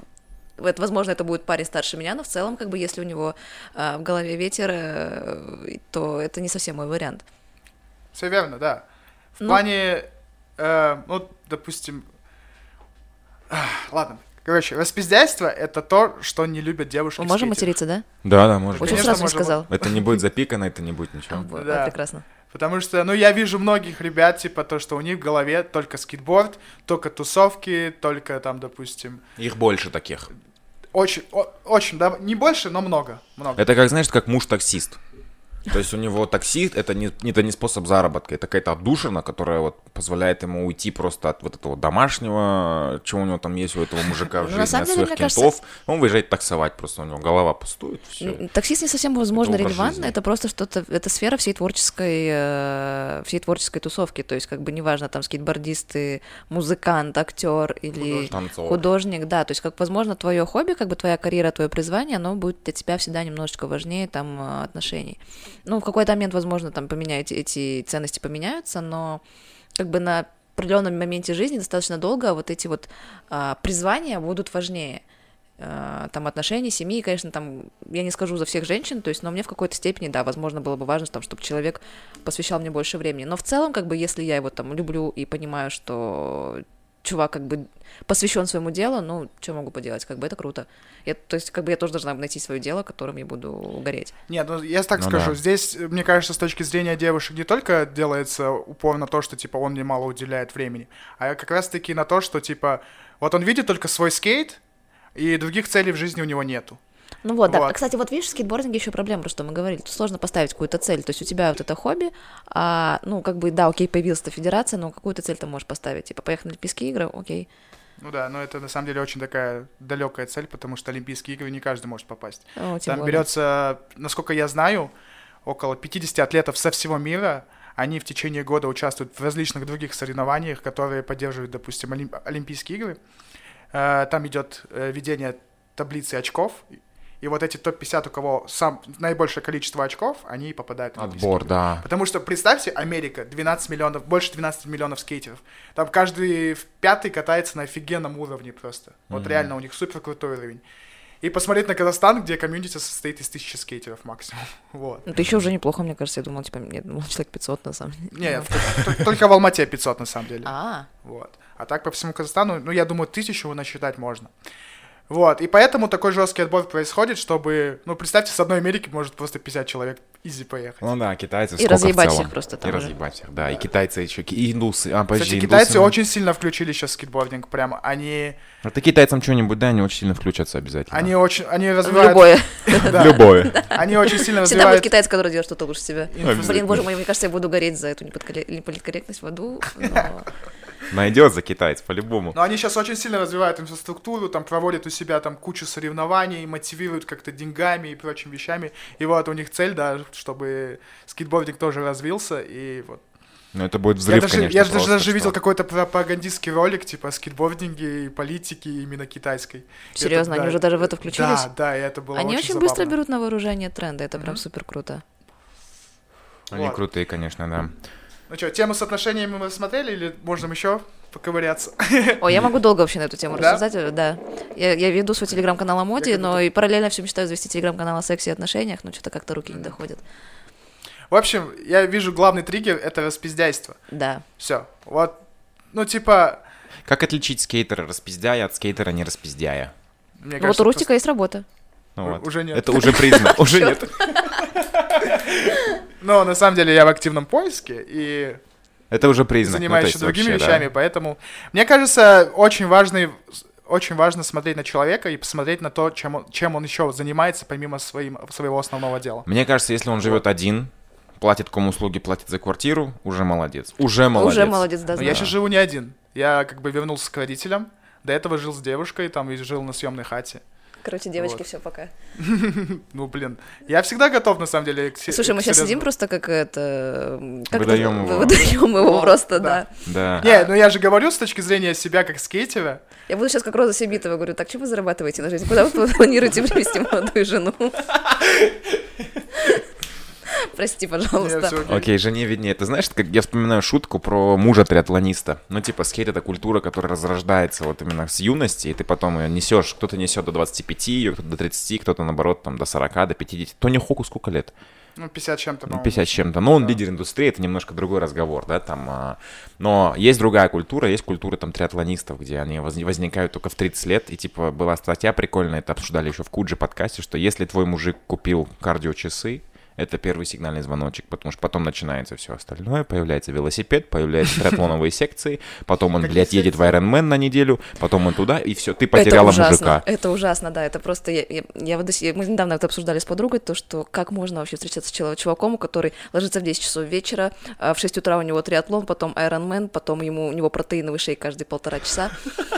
это, возможно, это будет парень старше меня, но в целом, как бы, если у него а, в голове ветер, э, то это не совсем мой вариант. Все верно, да. В Ну. плане, э, ну, допустим... ах, ладно. Короче, распиздяйство — это то, что не любят девушки. Мы можем скейтеров. материться, да? Да, да, может Очень быть. Конечно, сразу не можем. сказал. Это не будет запикано, это не будет ничего. Вот, Да. прекрасно. Потому что, ну, я вижу многих ребят, типа, то, что у них в голове только скейтборд, только тусовки, только там, допустим, Их больше таких. очень, о- очень, да, не больше, но много, много. Это как, знаешь, как муж-таксист. То есть у него такси — это не, это не способ заработка, это какая-то отдушина, которая вот позволяет ему уйти просто от вот этого домашнего, чего у него там есть у этого мужика в Ну, на жизни, самом от деле, своих мне кентов. кажется- Он выезжает таксовать, просто у него голова пустует, все. М, Таксист не совсем, возможно, Это образ релевантно, жизни. это просто что-то, это сфера всей творческой, э, всей творческой тусовки, то есть, как бы, неважно, там, скейтбордисты, музыкант, актер или Танцор. художник, да, то есть, как, возможно, твое хобби, как бы, твоя карьера, твое призвание, оно будет для тебя всегда немножечко важнее, там, э, отношений. Ну, в какой-то момент, возможно, там, поменяете, эти ценности поменяются, но, как бы, на определенном моменте жизни достаточно долго вот эти вот а, призвания будут важнее. А, там отношения, семьи, конечно, там, я не скажу за всех женщин, то есть, но мне в какой-то степени, да, возможно, было бы важно, там, чтобы человек посвящал мне больше времени. Но в целом, как бы, если я его там люблю и понимаю, что чувак как бы посвящен своему делу, ну, что могу поделать, как бы это круто. Я, то есть, как бы я тоже должна найти свое дело, которым я буду гореть. Нет, ну я так Ну скажу, да. здесь, мне кажется, с точки зрения девушек не только делается упор на то, что, типа, он мне мало уделяет времени, а как раз-таки на то, что, типа, вот он видит только свой скейт, и других целей в жизни у него нету. Ну вот, да. Вот. А, кстати, вот видишь, в скейтбординге еще проблема, про что мы говорили. Тут сложно поставить какую-то цель. То есть у тебя вот это хобби, а, ну, как бы, да, окей, появилась эта федерация, но какую-то цель ты можешь поставить. Типа, поехать на Олимпийские игры, окей. Ну да, но это на самом деле очень такая далекая цель, потому что Олимпийские игры не каждый может попасть. О, тем Там более. берется, насколько я знаю, около пятьдесят атлетов со всего мира. Они в течение года участвуют в различных других соревнованиях, которые поддерживают, допустим, Олимп... Олимпийские игры. Э, Там идет э, ведение таблицы очков. И вот эти топ пятьдесят, у кого сам наибольшее количество очков, они и попадают на Олимпийские Отбор, игры. да. Потому что, представьте, Америка, двенадцать миллионов, больше двенадцать миллионов скейтеров. Там каждый в пятый катается на офигенном уровне просто. Вот Мгм. реально у них супер крутой уровень. И посмотреть на Казахстан, где комьюнити состоит из тысячи скейтеров максимум. Вот. Ну, это еще уже неплохо, мне кажется. Я думала, типа, нет, думала, человек пятьсот, на самом деле. Не, в- т- только в Алмате пятьсот на самом деле. А, Вот. А так по всему Казахстану, ну, я думаю, тысячу насчитать можно. Вот, и поэтому такой жесткий отбор происходит, чтобы, ну, представьте, с одной Америки может просто пятьдесят человек изи поехать. Ну да, китайцы И сколько в разъебать целом? всех просто там И уже. разъебать всех, да. И китайцы еще, и индусы. А, подожди, Кстати, индусы, китайцы ну. очень сильно включили сейчас скейтбординг, прям они, Это китайцам что-нибудь, да, они очень сильно включатся обязательно. они очень, они В развивают... любое. Да. Любое. Они очень сильно Всегда будет развивают... китаец, который делает что-то лучше себя. Инфра- Блин, боже мой, мне кажется, я буду гореть за эту неподкоре- неполиткорректность в аду. но- Найдет за китайцев, по-любому. Но они сейчас очень сильно развивают инфраструктуру, там проводят у себя там кучу соревнований, мотивируют как-то деньгами и прочими вещами. И вот у них цель, да, чтобы скейтбординг тоже развился, и вот. Ну это будет Я взрыв, даже, конечно, я же даже, просто, даже что- видел какой-то пропагандистский ролик, типа о скейтбординге и политике именно китайской. Серьезно, Это, они да, уже даже в это включились? Да, да, и это было Они очень очень быстро забавно. берут на вооружение тренды, это прям Мгм. супер круто. Они Вот. крутые, конечно, да. Ну что, тему с отношениями мы рассмотрели или можем еще поковыряться? Ой, я могу долго вообще на эту тему Да? рассуждать, да. Я, я веду свой телеграм-канал о моде, Я но и параллельно все мечтаю завести телеграм-канал о сексе и отношениях, но что-то как-то руки не доходят. В общем, я вижу главный триггер — это распиздяйство. Да. Все. Вот, ну типа, Как отличить скейтера распиздяя от скейтера не распиздяя? мне Ну вот кажется, у Рустика есть работа. Ну, У- вот. уже нет. Это уже признак. Уже нет. но на самом деле я в активном поиске и Это уже признак. занимаюсь Ну, то еще есть другими вообще, да. вещами, поэтому мне кажется, очень важный, очень важно смотреть на человека и посмотреть на то, чем он, чем он еще занимается помимо своим, своего основного дела. Мне кажется, если он живет один, платит ком-услуги, платит за квартиру, уже молодец. Уже молодец. Уже молодец, да, Но знаю. я сейчас живу не один. Я как бы вернулся к родителям. До этого жил с девушкой, там и жил на съемной хате. Короче, девочки, Вот. все, пока. Ну, блин, я всегда готов, на самом деле, к се- Слушай, мы к сейчас серьезному- сидим просто как это... м, Как Выдаём это- его. Выдаем его Вот, просто, да. да. Да. Не, ну я же говорю с точки зрения себя как скейтера. Я буду сейчас как Роза Сибитова, говорю, так, что вы зарабатываете на жизнь? Куда вы планируете привести молодую жену? Прости, Не, пожалуйста. всё окей. Окей, жене виднее. Ты знаешь, как я вспоминаю шутку про мужа триатлониста. Ну, типа, скейт — это культура, которая разрождается вот именно с юности, и ты потом ее несешь. Кто-то несет до двадцати пяти, ее кто-то до тридцати, кто-то, наоборот, там, до сорока, до пятидесяти. Тони Хоку сколько лет? Ну, пятьдесят чем-то, Ну, по-моему. пятьдесят с чем-то. Но он Да. лидер индустрии, это немножко другой разговор, да, там. а, Но есть другая культура, есть культура там триатлонистов, где они воз- возникают только в тридцать лет. И типа была статья прикольная, это обсуждали еще в Куджи подкасте, что если твой мужик купил кардиочасы, это первый сигнальный звоночек, потому что потом начинается все остальное, появляется велосипед, появляются триатлоновые секции, потом он, Какие блядь, едет в секции? Ironman на неделю, потом он туда, и все, ты Это потеряла ужасно, мужика. это ужасно, да, это просто, я, я, я вот до сих- мы недавно это обсуждали с подругой, то, что как можно вообще встречаться с чело- чуваком, который ложится в десять часов вечера, а в шесть утра у него триатлон, потом Ironman, потом ему, у него протеиновый шейк каждые полтора часа,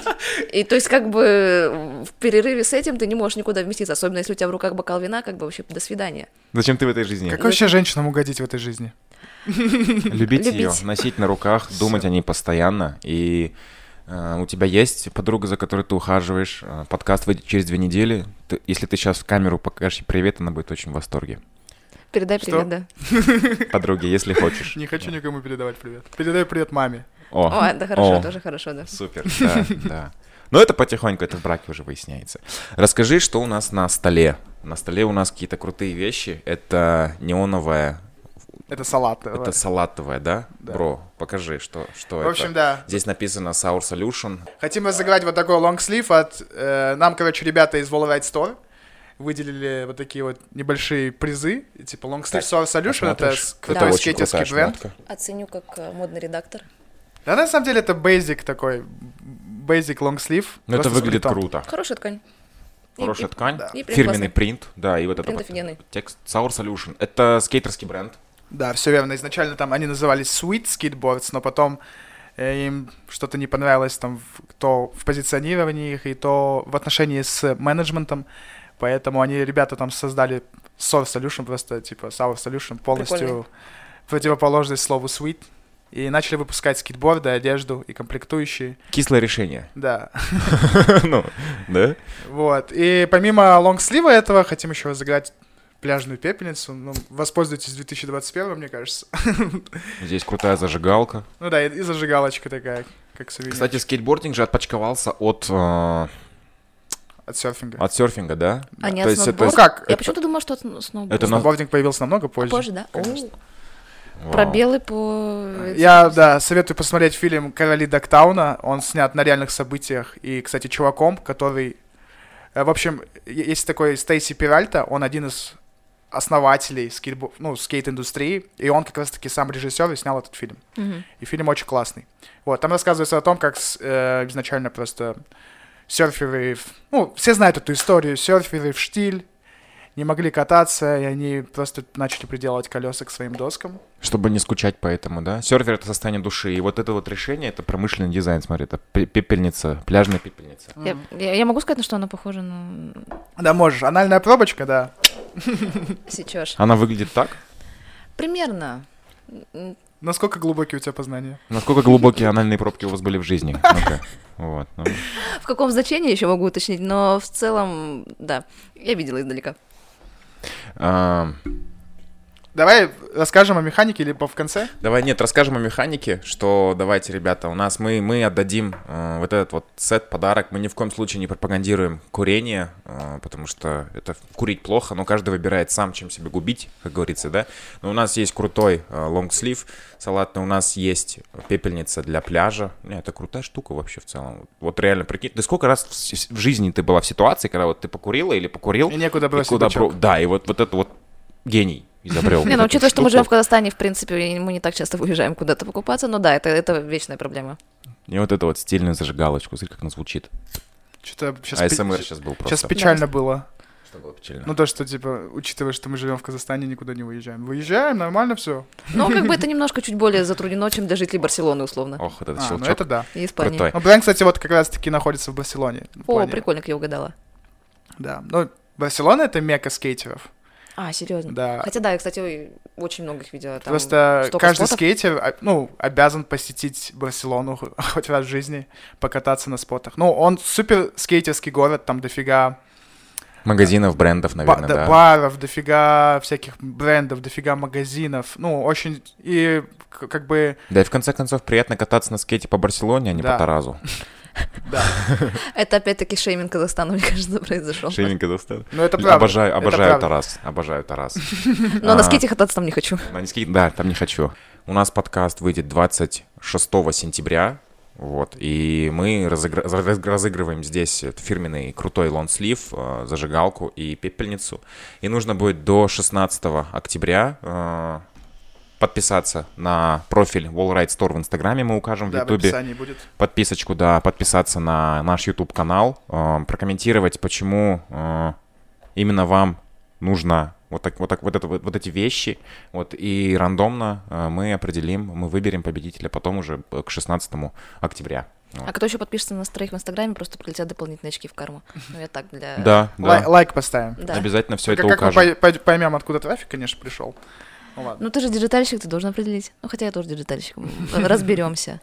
и то есть как бы в перерыве с этим ты не можешь никуда вместиться, особенно если у тебя в руках бокал вина, как бы вообще до свидания. Зачем ты в этой жизни? Как вообще женщинам угодить в этой жизни? Любить ее, Любить. носить на руках, думать о ней постоянно. И э, у тебя есть подруга, за которой ты ухаживаешь. э, подкаст выйдет через две недели. Ты- если ты сейчас в камеру покажешь ей привет, она будет очень в восторге. Передай Что? привет, да. Подруге, если хочешь. Не хочу никому передавать привет. Передаю привет маме. О, О, да хорошо, о, тоже хорошо, да. Супер, да, да. Но это потихоньку, это в браке уже выясняется. Расскажи, что у нас на столе. На столе у нас какие-то крутые вещи. Это неоновая, Это салат. это салатовая, да? Да. Бро, покажи, что, что В это. общем, да. Здесь написано Sour Solution. Хотим разыграть вот такой лонгслив от... э, нам, короче, ребята из Wall Ride Store выделили вот такие вот небольшие призы. Типа лонгслив Sour Solution — это Посмотришь? с- Это крутой очень скейтерский крутая бренд. шмотка. Оценю как э, модный редактор. Да, на самом деле это basic такой, basic лонгслив. Но это просто с выглядит принтом. круто. Хорошая ткань. И- Хорошая и- ткань, да. и принт фирменный классный. принт, да, и вот это Принт вот офигенный. текст Sour Solution. Это скейтерский бренд. Да, все верно. Изначально там они назывались Sweet Skateboards, но потом э, им что-то не понравилось там в, то в позиционировании их, и то в отношении с менеджментом. Поэтому они, ребята, там создали Sour Solution, просто типа Sour Solution, полностью Прикольный. противоположность слову Sweet. И начали выпускать скейтборды, одежду и комплектующие. Кислое решение. Да. Ну, да? Вот. И помимо лонгслива этого, хотим еще разыграть пляжную пепельницу. Ну, воспользуйтесь две тысячи двадцать первым, мне кажется. Здесь крутая зажигалка. Ну да, и, и зажигалочка такая, как сувенир. Кстати, скейтбординг же отпочковался от, э, От серфинга. от серфинга, да? А не То от есть это- Ну сноуборда? как? Я это- почему-то думала, что от сноуборда. Это на- Сноубординг появился намного позже. Позже, да? конечно. О, Вау. Пробелы по... Я, да, советую посмотреть фильм «Короли Догтауна». Он снят на реальных событиях. И, кстати, чуваком, который... э, В общем, е- есть такой Стейси Перальта. Он один из основателей скейтбо... ну, скейт-индустрии, и он как раз-таки сам режиссер и снял этот фильм. Мгм. И фильм очень классный. Вот, там рассказывается о том, как с- э, изначально просто серферы, в- ну, все знают эту историю, серферы в штиль, не могли кататься, и они просто начали приделывать колеса к своим доскам. Чтобы не скучать по этому, да? Серфер — это состояние души. И вот это вот решение — это промышленный дизайн, смотри, это пе- пепельница, пляжная пепельница. Я, я- я могу сказать, на что она похожа, но Да, можешь. Анальная пробочка, да. сечешь. Она выглядит так? Примерно. М, Насколько глубокие у тебя познания? Насколько глубокие анальные пробки у вас были в жизни? Ну-ка. Вот. ну. В каком значении еще могу уточнить, но в целом, да, я видела издалека. А, Давай расскажем о механике либо в конце. Давай, нет, расскажем о механике, что давайте, ребята, у нас мы, мы отдадим э, вот этот вот сет, подарок. Мы ни в коем случае не пропагандируем курение, э, потому что это курить плохо, но каждый выбирает сам, чем себе губить, как говорится, да. Но у нас есть крутой э, лонгслив салатный, у нас есть пепельница для пляжа. Не, это крутая штука вообще в целом. Вот реально, прикинь, ты сколько раз в, с- в жизни ты была в ситуации, когда вот ты покурила или покурил, И некуда и бросить куда бачок. бро- Да, и вот, вот это вот гений изобрел. Не, вот ну эту учитывая, что мы живем в штуку. Казахстане, в принципе, и мы не так часто выезжаем куда-то покупаться, но да, это, это вечная проблема. И вот эту вот стильную зажигалочку, смотри, как она звучит. Что-то сейчас, А АСМР сейчас был просто. сейчас печально было. Что было печально? Ну то, что, типа, учитывая, что мы живем в Казахстане, никуда не выезжаем. Выезжаем, нормально все. Ну, как бы это немножко чуть более затруднено, чем для жителей Барселоны, условно, Ох, вот этот А, ну щелчок. это да. и Испании. Крутой. Ну, бренд, кстати, вот как раз-таки находится в Барселоне. в О, плане- прикольно, как я угадала. Да. Ну, Барселона — это мекка скейтеров. А, серьезно? Да. Хотя да, я, кстати, ой, очень много их видела. Там Просто столько каждый спотов. скейтер, а, ну, обязан посетить Барселону хоть раз в жизни, покататься на спотах. Ну, он супер скейтерский город, там дофига Магазинов, брендов, ба- наверное, да, да. баров, дофига всяких брендов, дофига магазинов. Ну, очень... И к- как бы... Да и в конце концов приятно кататься на скейте по Барселоне, а не Да. по Таразу. Да. Это опять-таки шейминг Казахстана, мне кажется, произошел. Шейминг Казахстана. Ну, это правда. Обожаю, Это обожаю правда. Тарас, обожаю Тарас. Но А, на скейте кататься там не хочу. на не скейт- Да, там не хочу. У нас подкаст выйдет двадцать шестого сентября. Вот, и мы разыгра- раз- разыгрываем здесь фирменный крутой лонслив, э, зажигалку и пепельницу. И нужно будет до шестнадцатого октября э, подписаться на профиль Wallride Store в Инстаграме, мы укажем в Да, в Ютубе. описании будет. Подписочку, да, подписаться на наш YouTube-канал, э, прокомментировать, почему э, именно вам нужно вот, так, вот, так, вот, это, вот, вот эти вещи, вот, и рандомно э, мы определим, мы выберем победителя потом уже к шестнадцатому октября. Вот. А кто еще подпишется на нас троих в Инстаграме, просто прилетят дополнительные очки в карму. Ну, я так для... Да, Лай- да, Лайк поставим. Да. обязательно все Только это как мы укажем. пой- пой- поймем, откуда трафик, конечно, пришел. Ну ладно. Ну, ты же диджитальщик, ты должен определить. Ну, хотя я тоже диджитальщик. Разберемся.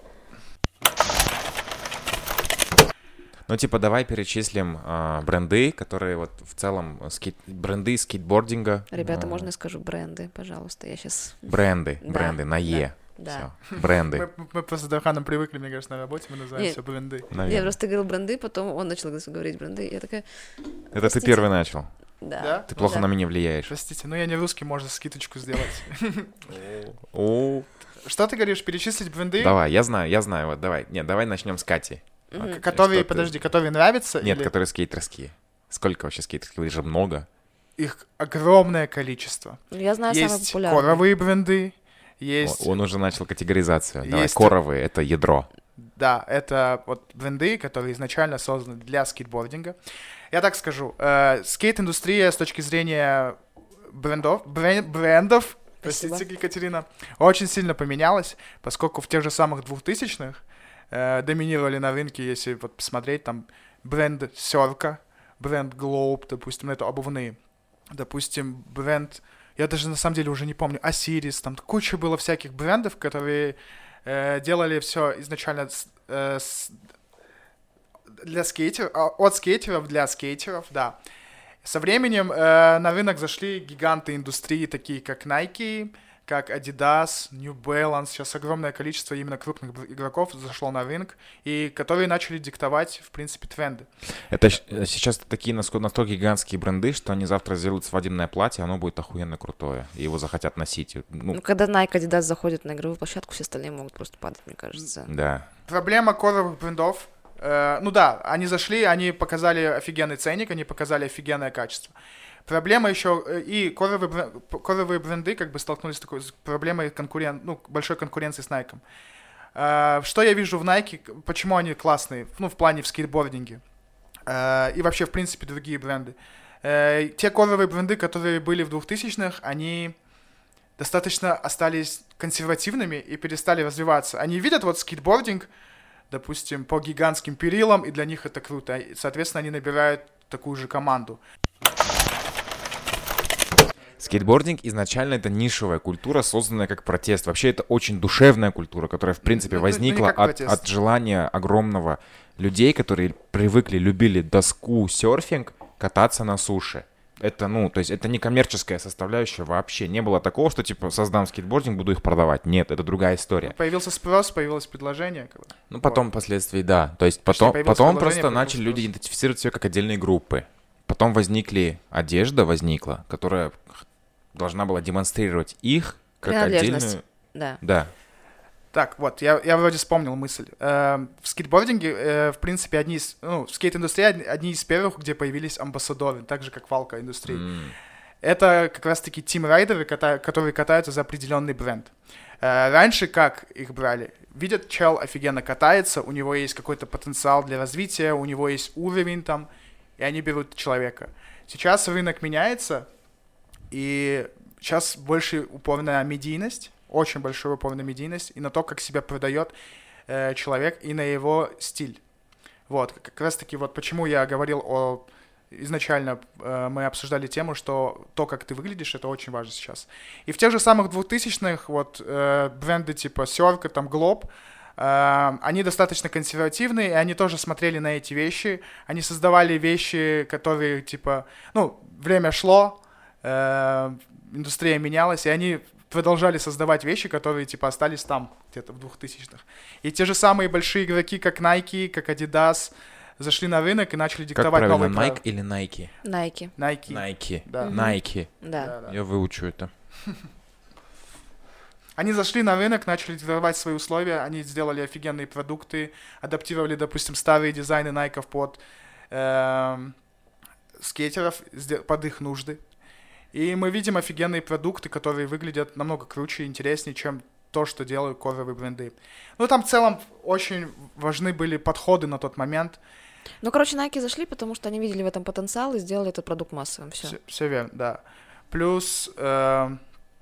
Ну, типа, давай перечислим э, бренды, которые вот в целом, э, скейт... бренды скейтбординга. Ребята, э, можно я скажу бренды, пожалуйста? Я сейчас... Бренды, Да, бренды на Е. Да. Всё. Бренды. Мы, мы просто с Дарханом привыкли, мне кажется, на работе мы называем Не. все бренды. Я Наверное. просто говорил бренды, потом он начал говорить бренды, и я такая, Это ты простите. первый начал. да. Да? Ты плохо Да. на меня влияешь. Простите, ну я не русский, можно скидочку сделать. О, Что ты говоришь, перечислить бренды, давай, я знаю, я знаю, вот давай. Нет, давай начнем с Кати. Мгм. к- которые, Что ты- подожди, которые нравятся? Нет, или которые скейтерские. Сколько вообще скейтерских? Их же много. их огромное количество. Я знаю самые Есть популярные. коровые бренды, есть... О, он уже начал категоризацию. Давай, Есть- коровые — это ядро. Да, это вот бренды, которые изначально созданы для скейтбординга. Я так скажу, э, скейт-индустрия с точки зрения брендов, брен- брендов, Спасибо. простите, Екатерина, очень сильно поменялась, поскольку в тех же самых двухтысячных э, доминировали на рынке, если вот посмотреть, там бренд Сёрка, бренд Globe, допустим, ну, это обувные, допустим, бренд, я даже на самом деле уже не помню, Осирис, там куча было всяких брендов, которые э, делали все изначально с- э, с- для скейтеров, а, от скейтеров для скейтеров, да. Со временем э, на рынок зашли гиганты индустрии, такие как Nike, как Adidas, New Balance. Сейчас огромное количество именно крупных бр- игроков зашло на рынок, и которые начали диктовать, в принципе, тренды. Это щ- э, сейчас такие наско- настолько гигантские бренды, что они завтра сделают свадебное платье, оно будет охуенно крутое, и его захотят носить. Ну, Ну, когда Nike, Adidas заходят на игровую площадку, все остальные могут просто падать, мне кажется. да. Проблема коровых брендов. э, ну да, они зашли, они показали офигенный ценник, они показали офигенное качество. Проблема еще, э, и коровые, брен- п- коровые бренды как бы столкнулись с такой с проблемой конкурен... ну, большой конкуренции с Nike. Э, Что я вижу в Nike, к- почему они классные, ну, в плане в скейтбординге, э, и вообще, в принципе, другие бренды. Э, Те коровые бренды, которые были в двухтысячных, они достаточно остались консервативными и перестали развиваться. Они видят вот скейтбординг, допустим, по гигантским перилам, и для них это круто. И, соответственно, они набирают такую же команду. Скейтбординг изначально это нишевая культура, созданная как протест. Вообще это очень душевная культура, которая, в принципе, Ну, ну, ну, не возникла как от, протест. от желания огромного людей, которые привыкли, любили доску, серфинг, кататься на суше. Это, ну, то есть это не коммерческая составляющая вообще. Не было такого, что, типа, создам скейтбординг, буду их продавать. Нет, это другая история. Появился спрос, появилось предложение. как бы. Ну, потом, Вот. впоследствии, да. То есть Точнее, потом, появилось потом предложение, просто появился начали люди спрос. идентифицировать себя как отдельные группы. Потом возникли, одежда возникла, которая должна была демонстрировать их как Принадлежность. отдельную... Да. Да. Так, вот, я, я вроде вспомнил мысль. Э, в скейтбординге, э, в принципе, одни из... Ну, в скейт-индустрии одни, одни из первых, где появились амбассадоры, так же, как в алко-индустрии. М. Это как раз-таки тим-райдеры, ката- которые катаются за определенный бренд. Э, раньше как их брали? Видят, чел офигенно катается, у него есть какой-то потенциал для развития, у него есть уровень там, и они берут человека. Сейчас рынок меняется, и сейчас больше упор на медийность, очень большой упор на медийность, и на то, как себя продает э, человек, и на его стиль. Вот, как раз-таки вот почему я говорил о... Изначально э, мы обсуждали тему, что то, как ты выглядишь, это очень важно сейчас. И в тех же самых двухтысячных вот э, бренды типа Circa, там Globe, э, они достаточно консервативные, и они тоже смотрели на эти вещи. Они создавали вещи, которые типа, ну, время шло, э, индустрия менялась, и они продолжали создавать вещи, которые типа остались там где-то в двухтысячных. И те же самые большие игроки, как Nike, как Adidas, зашли на рынок и начали Как диктовать правильно, новые Nike правила. или Nike? Nike. Nike. Nike. Да. Nike. Да. Да, да. Я выучу это. Они зашли на рынок, начали диктовать свои условия, они сделали офигенные продукты, адаптировали, допустим, старые дизайны Nike под эм, скейтеров, сде- под их нужды. И мы видим офигенные продукты, которые выглядят намного круче и интереснее, чем то, что делают коровые бренды. Ну, там в целом очень важны были подходы на тот момент. Ну, короче, Nike зашли, потому что они видели в этом потенциал и сделали этот продукт массовым. Все. Все верно, да. Плюс, э,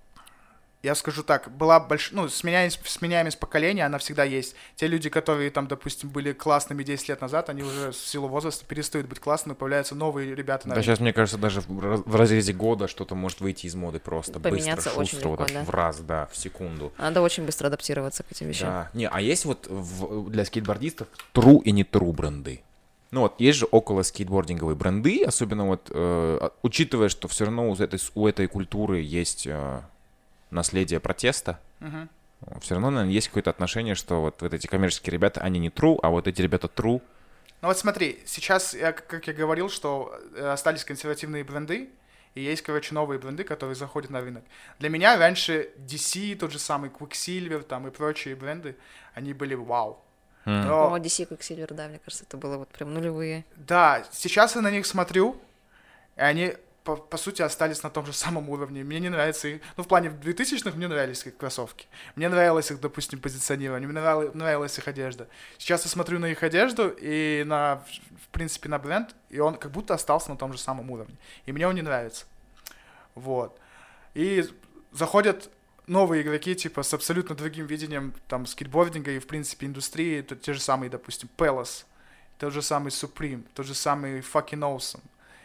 я скажу так, была больш... ну, сменяемость, сменяемость поколения, она всегда есть. Те люди, которые там, допустим, были классными десять лет назад, они уже в силу возраста перестают быть классными, появляются новые ребята на Да, рынке. сейчас, мне кажется, даже в раз- в разрезе года что-то может выйти из моды просто Поменяться быстро, очень шустро, вот легко, так да. в раз, да, в секунду. Надо очень быстро адаптироваться к этим вещам. Да. Не, а есть вот в- для скейтбордистов true и не true бренды? Ну вот, есть же около скейтбординговые бренды, особенно вот, э, учитывая, что все равно у этой, у этой культуры есть э, наследие протеста, Мгм. все равно, наверное, есть какое-то отношение, что вот, вот эти коммерческие ребята, они не true, а вот эти ребята true. Ну вот смотри, сейчас, я, как я говорил, что э, остались консервативные бренды, и есть, короче, новые бренды, которые заходят на рынок. Для меня раньше ди си, тот же самый Quicksilver там и прочие бренды, они были вау. М. Но- О, ди си Quicksilver, да, мне кажется, это было вот прям нулевые. Да, сейчас я на них смотрю, и они, по, по сути, остались на том же самом уровне. Мне не нравится их... Ну, в плане двухтысячных мне нравились их кроссовки. Мне нравилось их, допустим, позиционирование, мне нравилась, нравилась их одежда. Сейчас я смотрю на их одежду и на, в принципе, на бренд, и он как будто остался на том же самом уровне. И мне он не нравится. Вот. И заходят новые игроки, типа, с абсолютно другим видением, там, скейтбординга и, в принципе, индустрии. Тут те же самые, допустим, Palace, тот же самый Supreme, тот же самый Fucking Awesome.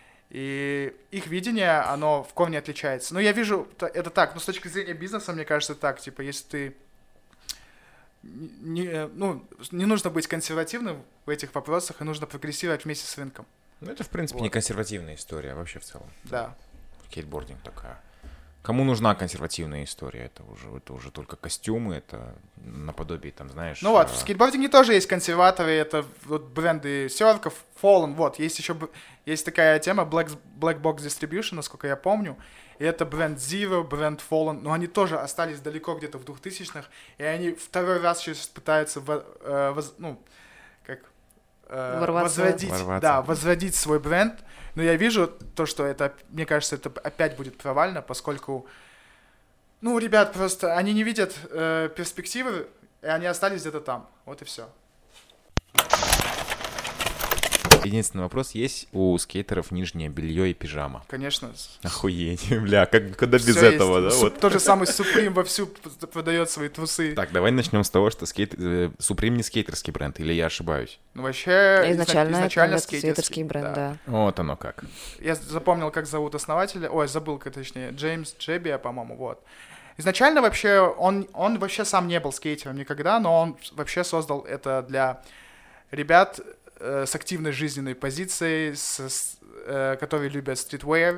И их видение, оно в корне отличается. Но я вижу, т- это так, но с точки зрения бизнеса, мне кажется, так, типа, если ты не, э, ну, не нужно быть консервативным в этих вопросах, и нужно прогрессировать вместе с рынком. Ну, это, в принципе, Вот. не консервативная история а вообще в целом. Да. Скейтбординг такая. Кому нужна консервативная история? Это уже, это уже только костюмы, это наподобие, там, знаешь... Ну вот, э, в скейтбординге тоже есть консерваторы, это вот бренды Серков, Fallen, вот, есть еще, б- есть такая тема, Black, Black Box Distribution, насколько я помню, и это бренд Zero, бренд Fallen, но они тоже остались далеко где-то в двухтысячных, и они второй раз сейчас пытаются, во- э, воз- ну, как, э, Ворваться. возводить, Ворваться. да, возводить свой бренд. Но я вижу то, что это, мне кажется, это опять будет провально, поскольку, ну, ребят просто, они не видят э, перспективы, и они остались где-то там. Вот и все. Единственный вопрос, есть у скейтеров нижнее белье и пижама? Конечно. Охуеть, бля, как, куда без Всё этого, есть. да? Суп- Вот. Тот же самый Supreme вовсю п- продает свои трусы. Так, давай начнем с того, что скейт... э, Supreme не скейтерский бренд, или я ошибаюсь? Ну, вообще, Изначально, изначально это скейтерский, скейтерский бренд, да. Вот оно как. Я запомнил, как зовут основателя. Ой, забыл, как точнее. Джеймс Джебия, по-моему, вот. Изначально вообще, он, он вообще сам не был скейтером никогда, но он вообще создал это для ребят э, с активной жизненной позицией, с, с, э, которые любят стритвейр.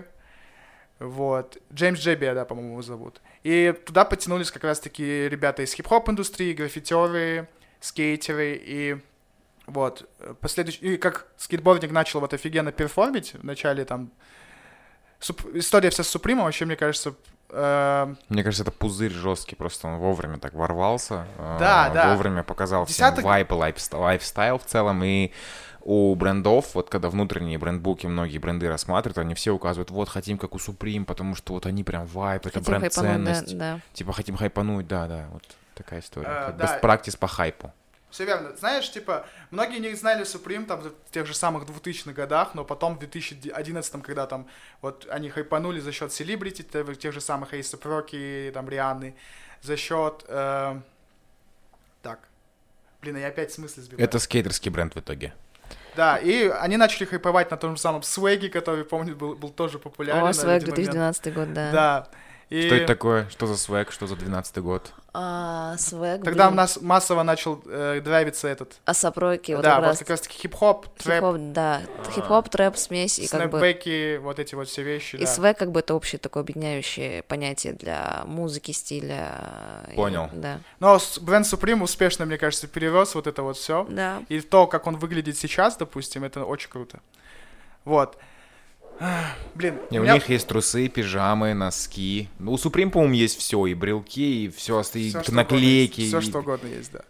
Вот. Джеймс Джебия, да, по-моему, его зовут. И туда потянулись как раз-таки ребята из хип-хоп индустрии, граффитеры, скейтеры и... Вот, последующий, и как скейтбординг начал вот офигенно перформить в начале там, суп... история вся с Супримом вообще, мне кажется, э... Мне кажется, это пузырь жесткий, просто он вовремя так ворвался, Да, э, да. вовремя показал Десяток- всем вайп и лайфста- лайфстайл в целом, и у брендов, вот когда внутренние брендбуки многие бренды рассматривают, они все указывают, вот, хотим как у Supreme, потому что вот они прям вайп, это Хотим хайпануть, да, бренд-ценность, да. типа хотим хайпануть, да-да, вот такая история, Э, как да. best practice по хайпу. Все верно. Знаешь, типа, многие не знали Supreme там в тех же самых двухтысячных годах, но потом в две тысячи одиннадцатом, когда там вот они хайпанули за счет селебрити, тех, тех же самых Эйсап Роки, там Рианны, за счет... Э... Так. Блин, я опять смысл сбиваю. Это скейтерский бренд в итоге. Да, и они начали хайповать на том же самом Свеге, который, помню, был, был тоже популярен. О, на свек один две тысячи момент. двенадцатый год, да. Да. И Что это такое? Что за свэг? Что за двенадцатый год? А, свек, тогда у блин. нас массово начал э, драйвиться этот... А сапройки, вот да, как вот раз как раз-таки хип-хоп, трэп, хип-хоп, да. Хип-хоп, трэп, смесь, и как бы... снэпбэки, вот эти вот все вещи, И да. свек как бы это общее такое объединяющее понятие для музыки, стиля. и- Понял. Да. Но с- бренд Supreme успешно, мне кажется, перерос вот это вот все. Да. И то, как он выглядит сейчас, допустим, это очень круто. Вот. Ах, блин, Не, у у меня них есть трусы, пижамы, носки. Ну, у Supreme, по-моему, есть все, и брелки, и все, и всё, что наклейки. угодно есть. Всё, и- что угодно есть, да.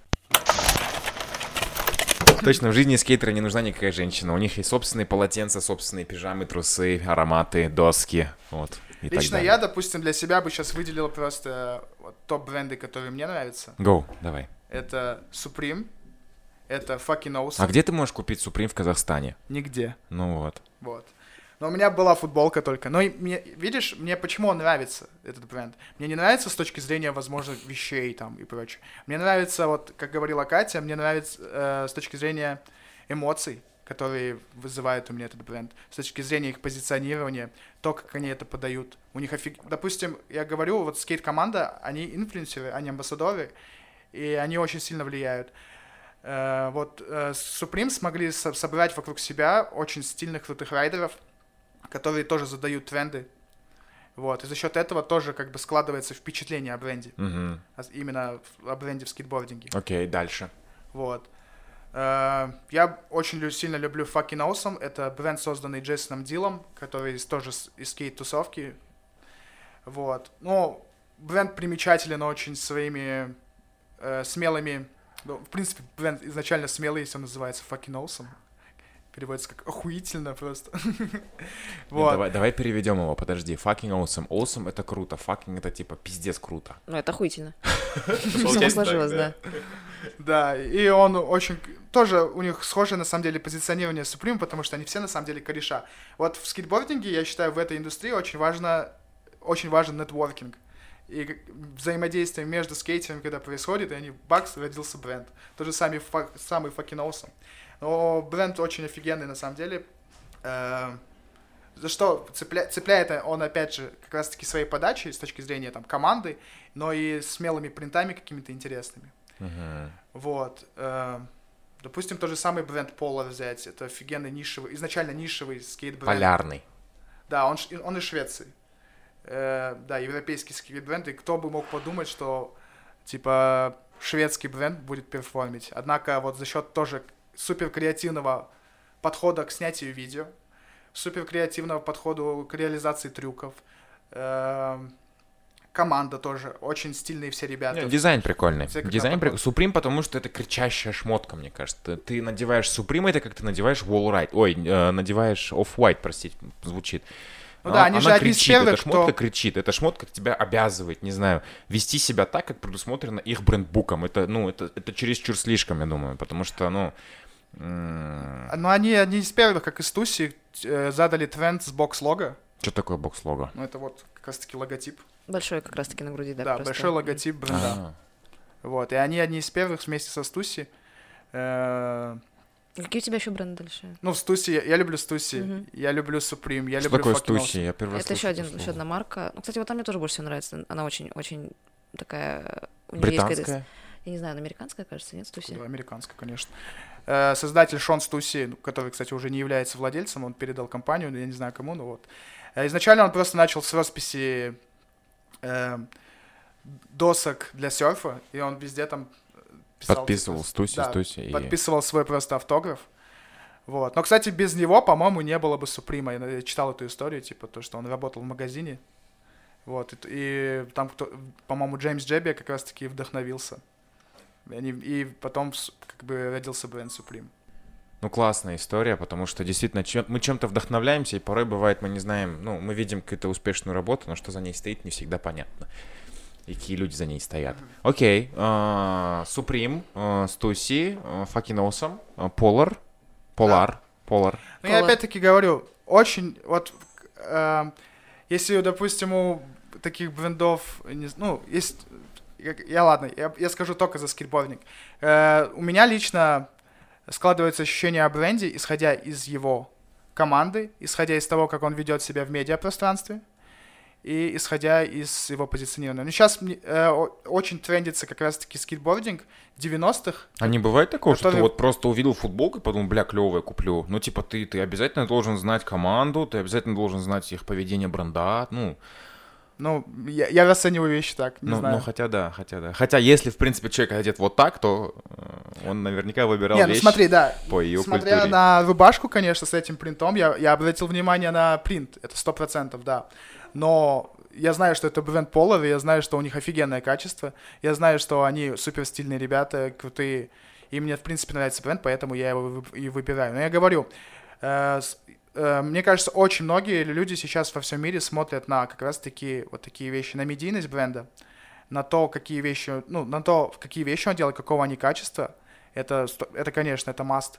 Точно, в жизни скейтера не нужна никакая женщина. У них есть собственные полотенца, собственные пижамы, трусы, ароматы, доски. Вот. И так Лично далее. я, допустим, для себя бы сейчас выделил просто вот, топ-бренды, которые мне нравятся. Go, давай. Это Supreme, это Fucking Awesome. А где ты можешь купить Supreme в Казахстане? Нигде. Ну вот. Вот. Но у меня была футболка только. Но и мне, видишь, мне почему он нравится, этот бренд? Мне не нравится с точки зрения, возможно, вещей там и прочее. Мне нравится, вот, как говорила Катя, мне нравится э, с точки зрения эмоций, которые вызывает у меня этот бренд. С точки зрения их позиционирования, то, как они это подают. У них офиг... Допустим, я говорю, вот скейт-команда, они инфлюенсеры, они амбассадоры, и они очень сильно влияют. Э, вот э, Supreme смогли со- собрать вокруг себя очень стильных, крутых райдеров, которые тоже задают тренды. Вот. И за счет этого тоже как бы складывается впечатление о бренде. Мгм. А с- Именно в- о бренде в скейтбординге. Окей, дальше. Вот. Э, Я очень лю- сильно люблю Fucking Awesome. Это бренд, созданный Джейсоном Дилом, который из- тоже с- из скейт-тусовки. Вот. Ну, бренд примечателен очень своими э, смелыми... Ну, в принципе, бренд изначально смелый, если он называется Fucking Awesome. Переводится как охуительно просто. Нет, Вот. давай, давай переведем его, подожди. Fucking awesome. Awesome — это круто. Fucking — это типа пиздец круто. Ну, это охуительно. Получается Само так, сложилось, да? да. Да, и он очень... Тоже у них схожее, на самом деле, позиционирование Supreme, потому что они все, на самом деле, кореша. Вот в скейтбординге, я считаю, в этой индустрии очень важно... Очень важен нетворкинг. И как- взаимодействие между скейтерами, когда происходит, и они, бакс, родился бренд. Тот же самый, фа- самый Fucking Awesome. Но бренд очень офигенный, на самом деле. Э, За что цепля... цепляет он, опять же, как раз-таки своей подачей с точки зрения там, команды, но и смелыми принтами какими-то интересными. Мгм. Вот. э, Допустим, тот же самый бренд Polar взять. Это офигенный нишевый, изначально нишевый скейт-бренд. Полярный. Да, он, ш- он из Швеции. Э, да, европейский скейт-бренд. И кто бы мог подумать, что, типа, шведский бренд будет перформить. Однако вот за счет тоже супер креативного подхода к снятию видео, супер креативного подхода к реализации трюков, э, команда тоже, очень стильные все ребята. Нет, дизайн прикольный. Все как Дизайн на прикольный. Supreme, потому что это кричащая шмотка, мне кажется. Ты надеваешь Supreme, это как ты надеваешь Wallride. Ой, э, надеваешь Off-White, простите, звучит. Ну да, они Она же одни из кричит, первых, эта шмотка кто- кричит. Эта шмотка тебя обязывает, не знаю, вести себя так, как предусмотрено их брендбуком. Это, ну, это, это чересчур слишком, я думаю, потому что, ну... м, Но они одни из первых, как и Стуси, э, задали тренд с бокс-лого. Что такое бокс-лого? Ну, это вот как раз-таки логотип. Большой как раз-таки на груди, да. Да, просто. большой логотип бренда. А, Вот, и они одни из первых вместе со Стуси. Э, Какие у тебя еще бренды дальше? Ну, в Стуси, я, я люблю Стуси, Мгм. я люблю Supreme, я Что люблю такое Fucking Стуси? Я первый раз Это еще, слышу один, это еще слово. одна марка. Ну, кстати, вот там мне тоже больше всего нравится. Она очень, очень такая... У нее есть какая-то- Британская? Я не знаю, она американская, кажется, нет, Стуси? Да, американская, конечно. Э, Создатель Шон Стуси, ну, который, кстати, уже не является владельцем, он передал компанию, я не знаю кому, но вот. Э, Изначально он просто начал с росписи э, досок для серфа, и он везде там писал, Подписывал типа, Стуси, да, Стуси. и- подписывал свой просто автограф. Вот. Но, кстати, без него, по-моему, не было бы Суприма. Я я читал эту историю, типа, то, что он работал в магазине. Вот. И, и там, кто, по-моему, Джеймс Джеби как раз-таки вдохновился. И, они- и потом с- как бы родился бренд Supreme. Ну, классная история, потому что действительно чем- мы чем-то вдохновляемся, и порой бывает, мы не знаем, ну, мы видим какую-то успешную работу, но что за ней стоит, не всегда понятно. И какие люди за ней стоят. Окей, а, Supreme, а, Stussy, а, Fucking Awesome, а, Polar, Polar, Polar. Но я Пола. опять-таки говорю, очень, вот, э, если, допустим, у таких брендов, не з- ну, есть, я, я ладно, я, я скажу только за скейтбординг. Э, у меня лично складывается ощущение о бренде, исходя из его команды, исходя из того, как он ведет себя в медиапространстве, и исходя из его позиционирования. Но сейчас мне, э, о- очень трендится как раз-таки скейтбординг девяностых. А не бывает такого, что ты Который- вот просто увидел футболку и подумал, бля, клевая, куплю. Ну, типа, ты, ты обязательно должен знать команду, ты обязательно должен знать их поведение бренда, ну, Ну, я, я расцениваю вещи так, не ну, знаю. ну, хотя да, хотя да. Хотя, если, в принципе, человек одет вот так, то э, он наверняка выбирал Не, ну вещь смотри, да. по ее Смотря культуре. на рубашку, конечно, с этим принтом, я, я обратил внимание на принт. Это сто процентов, да. Но я знаю, что это бренд Polar, и я знаю, что у них офигенное качество. Я знаю, что они супер стильные ребята, крутые. И мне, в принципе, нравится бренд, поэтому я его вы- и выбираю. Но я говорю, э, с- э, мне кажется, очень многие люди сейчас во всем мире смотрят на как раз-таки вот такие вещи, на медийность бренда, на то, какие вещи, ну, на то, какие вещи он делает, какого они качества. Это, сто- это, конечно, это must.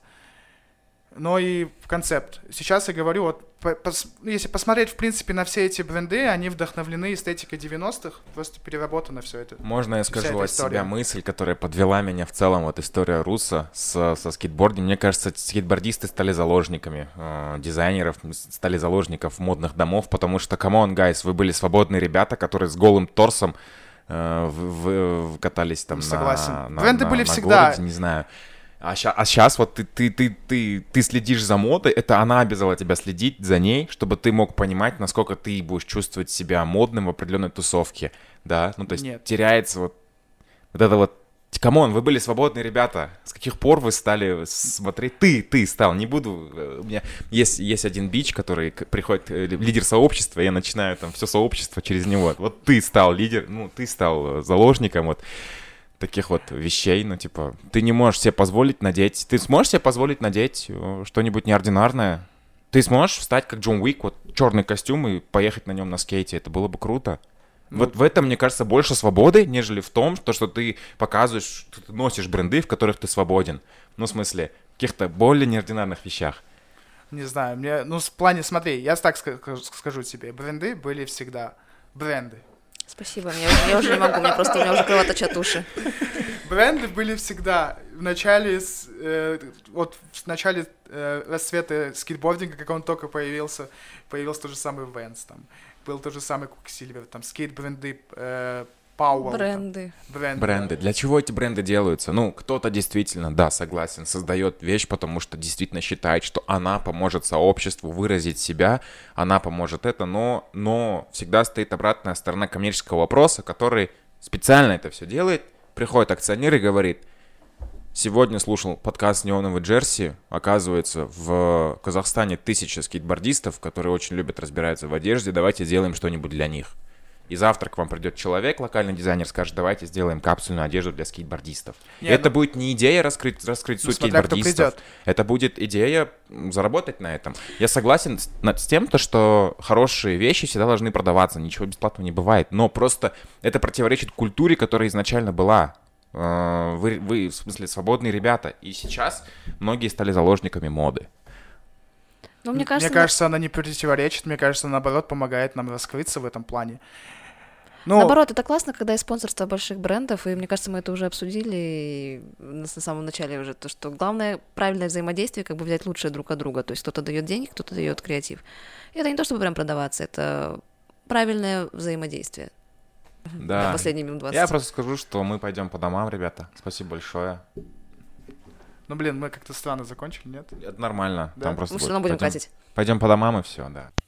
Но и концепт. Сейчас я говорю, вот, по- пос- ну, если посмотреть, в принципе, на все эти бренды, они вдохновлены эстетикой девяностых, просто переработано все это. Можно я Вся скажу эта от история. себя мысль, которая подвела меня в целом, вот история Руса с, со скейтбордом. Мне кажется, скейтбордисты стали заложниками э, дизайнеров, м, стали заложников модных домов, потому что, come on, guys, вы были свободные ребята, которые с голым торсом э, в- в- в- катались там Согласен. на, на, Бренды на- были на всегда. городе, не знаю. А сейчас вот ты, ты, ты, ты, ты следишь за модой, это она обязала тебя следить за ней, чтобы ты мог понимать, насколько ты будешь чувствовать себя модным в определенной тусовке, да, ну то есть Нет. теряется вот, вот это вот, камон, вы были свободные ребята, с каких пор вы стали смотреть, ты, ты стал, не буду, э, у меня есть, есть один бич, который к- приходит, э, лидер сообщества, я начинаю там все сообщество через него, вот ты стал лидер, ну ты стал э, заложником, вот, таких вот вещей, ну, типа, ты не можешь себе позволить надеть, ты сможешь себе позволить надеть э, что-нибудь неординарное? Ты сможешь встать как Джон Уик, вот, черный костюм и поехать на нем на скейте, это было бы круто. Ну, Вот в этом, мне кажется, больше свободы, нежели в том, то, что ты показываешь, что ты носишь бренды, в которых ты свободен. Ну, в смысле, в каких-то более неординарных вещах. Не знаю, мне, ну, в плане, смотри, я так ска- скажу тебе, бренды были всегда бренды. Спасибо, я, уже- я уже не могу, мне просто у меня уже кровоточат уши. Бренды были всегда в начале, с- э, вот в начале э, расцвета скейтбординга, как он только появился, появился тот же самый Vans, там, был тот же самый Quicksilver, там, скейт-бренды, э, Powell. там, Бренды. бренды. Бренды. Для чего эти бренды делаются? Ну, кто-то действительно, да, согласен, создает вещь, потому что действительно считает, что она поможет сообществу выразить себя, она поможет это, но, но всегда стоит обратная сторона коммерческого вопроса, который специально это все делает. Приходит акционер и говорит: сегодня слушал подкаст «Неоновый Джерси». Оказывается, в Казахстане тысяча скейтбордистов, которые очень любят разбираться в одежде. Давайте сделаем что-нибудь для них. И завтра к вам придет человек, локальный дизайнер, скажет, давайте сделаем капсульную одежду для скейтбордистов. Не, И это ну- будет не идея раскрыть, раскрыть Ну, суть смотря кто скейтбордистов. придет. Это будет идея м, заработать на этом. Я согласен с, над- с тем, то, что хорошие вещи всегда должны продаваться, ничего бесплатного не бывает. Но просто это противоречит культуре, которая изначально была. Э, Вы, вы, в смысле, свободные ребята. И сейчас многие стали заложниками моды. Ну, мне кажется, Мне кажется, она не противоречит, мне кажется, наоборот, помогает нам раскрыться в этом плане. Ну, наоборот, это классно, когда есть спонсорство больших брендов, и мне кажется, мы это уже обсудили на на самом начале уже, то, что главное правильное взаимодействие, как бы взять лучшее друг от друга, то есть кто-то дает деньги, кто-то дает креатив. И это не то, чтобы прям продаваться, это правильное взаимодействие. Да. На последние минут двадцать. Я просто скажу, что мы пойдем по домам, ребята. Спасибо большое. ну, блин, мы как-то странно закончили, нет? Это нормально. Да? Там просто Мы все будет- равно будем пойдем- катить. Пойдем по домам и все, да.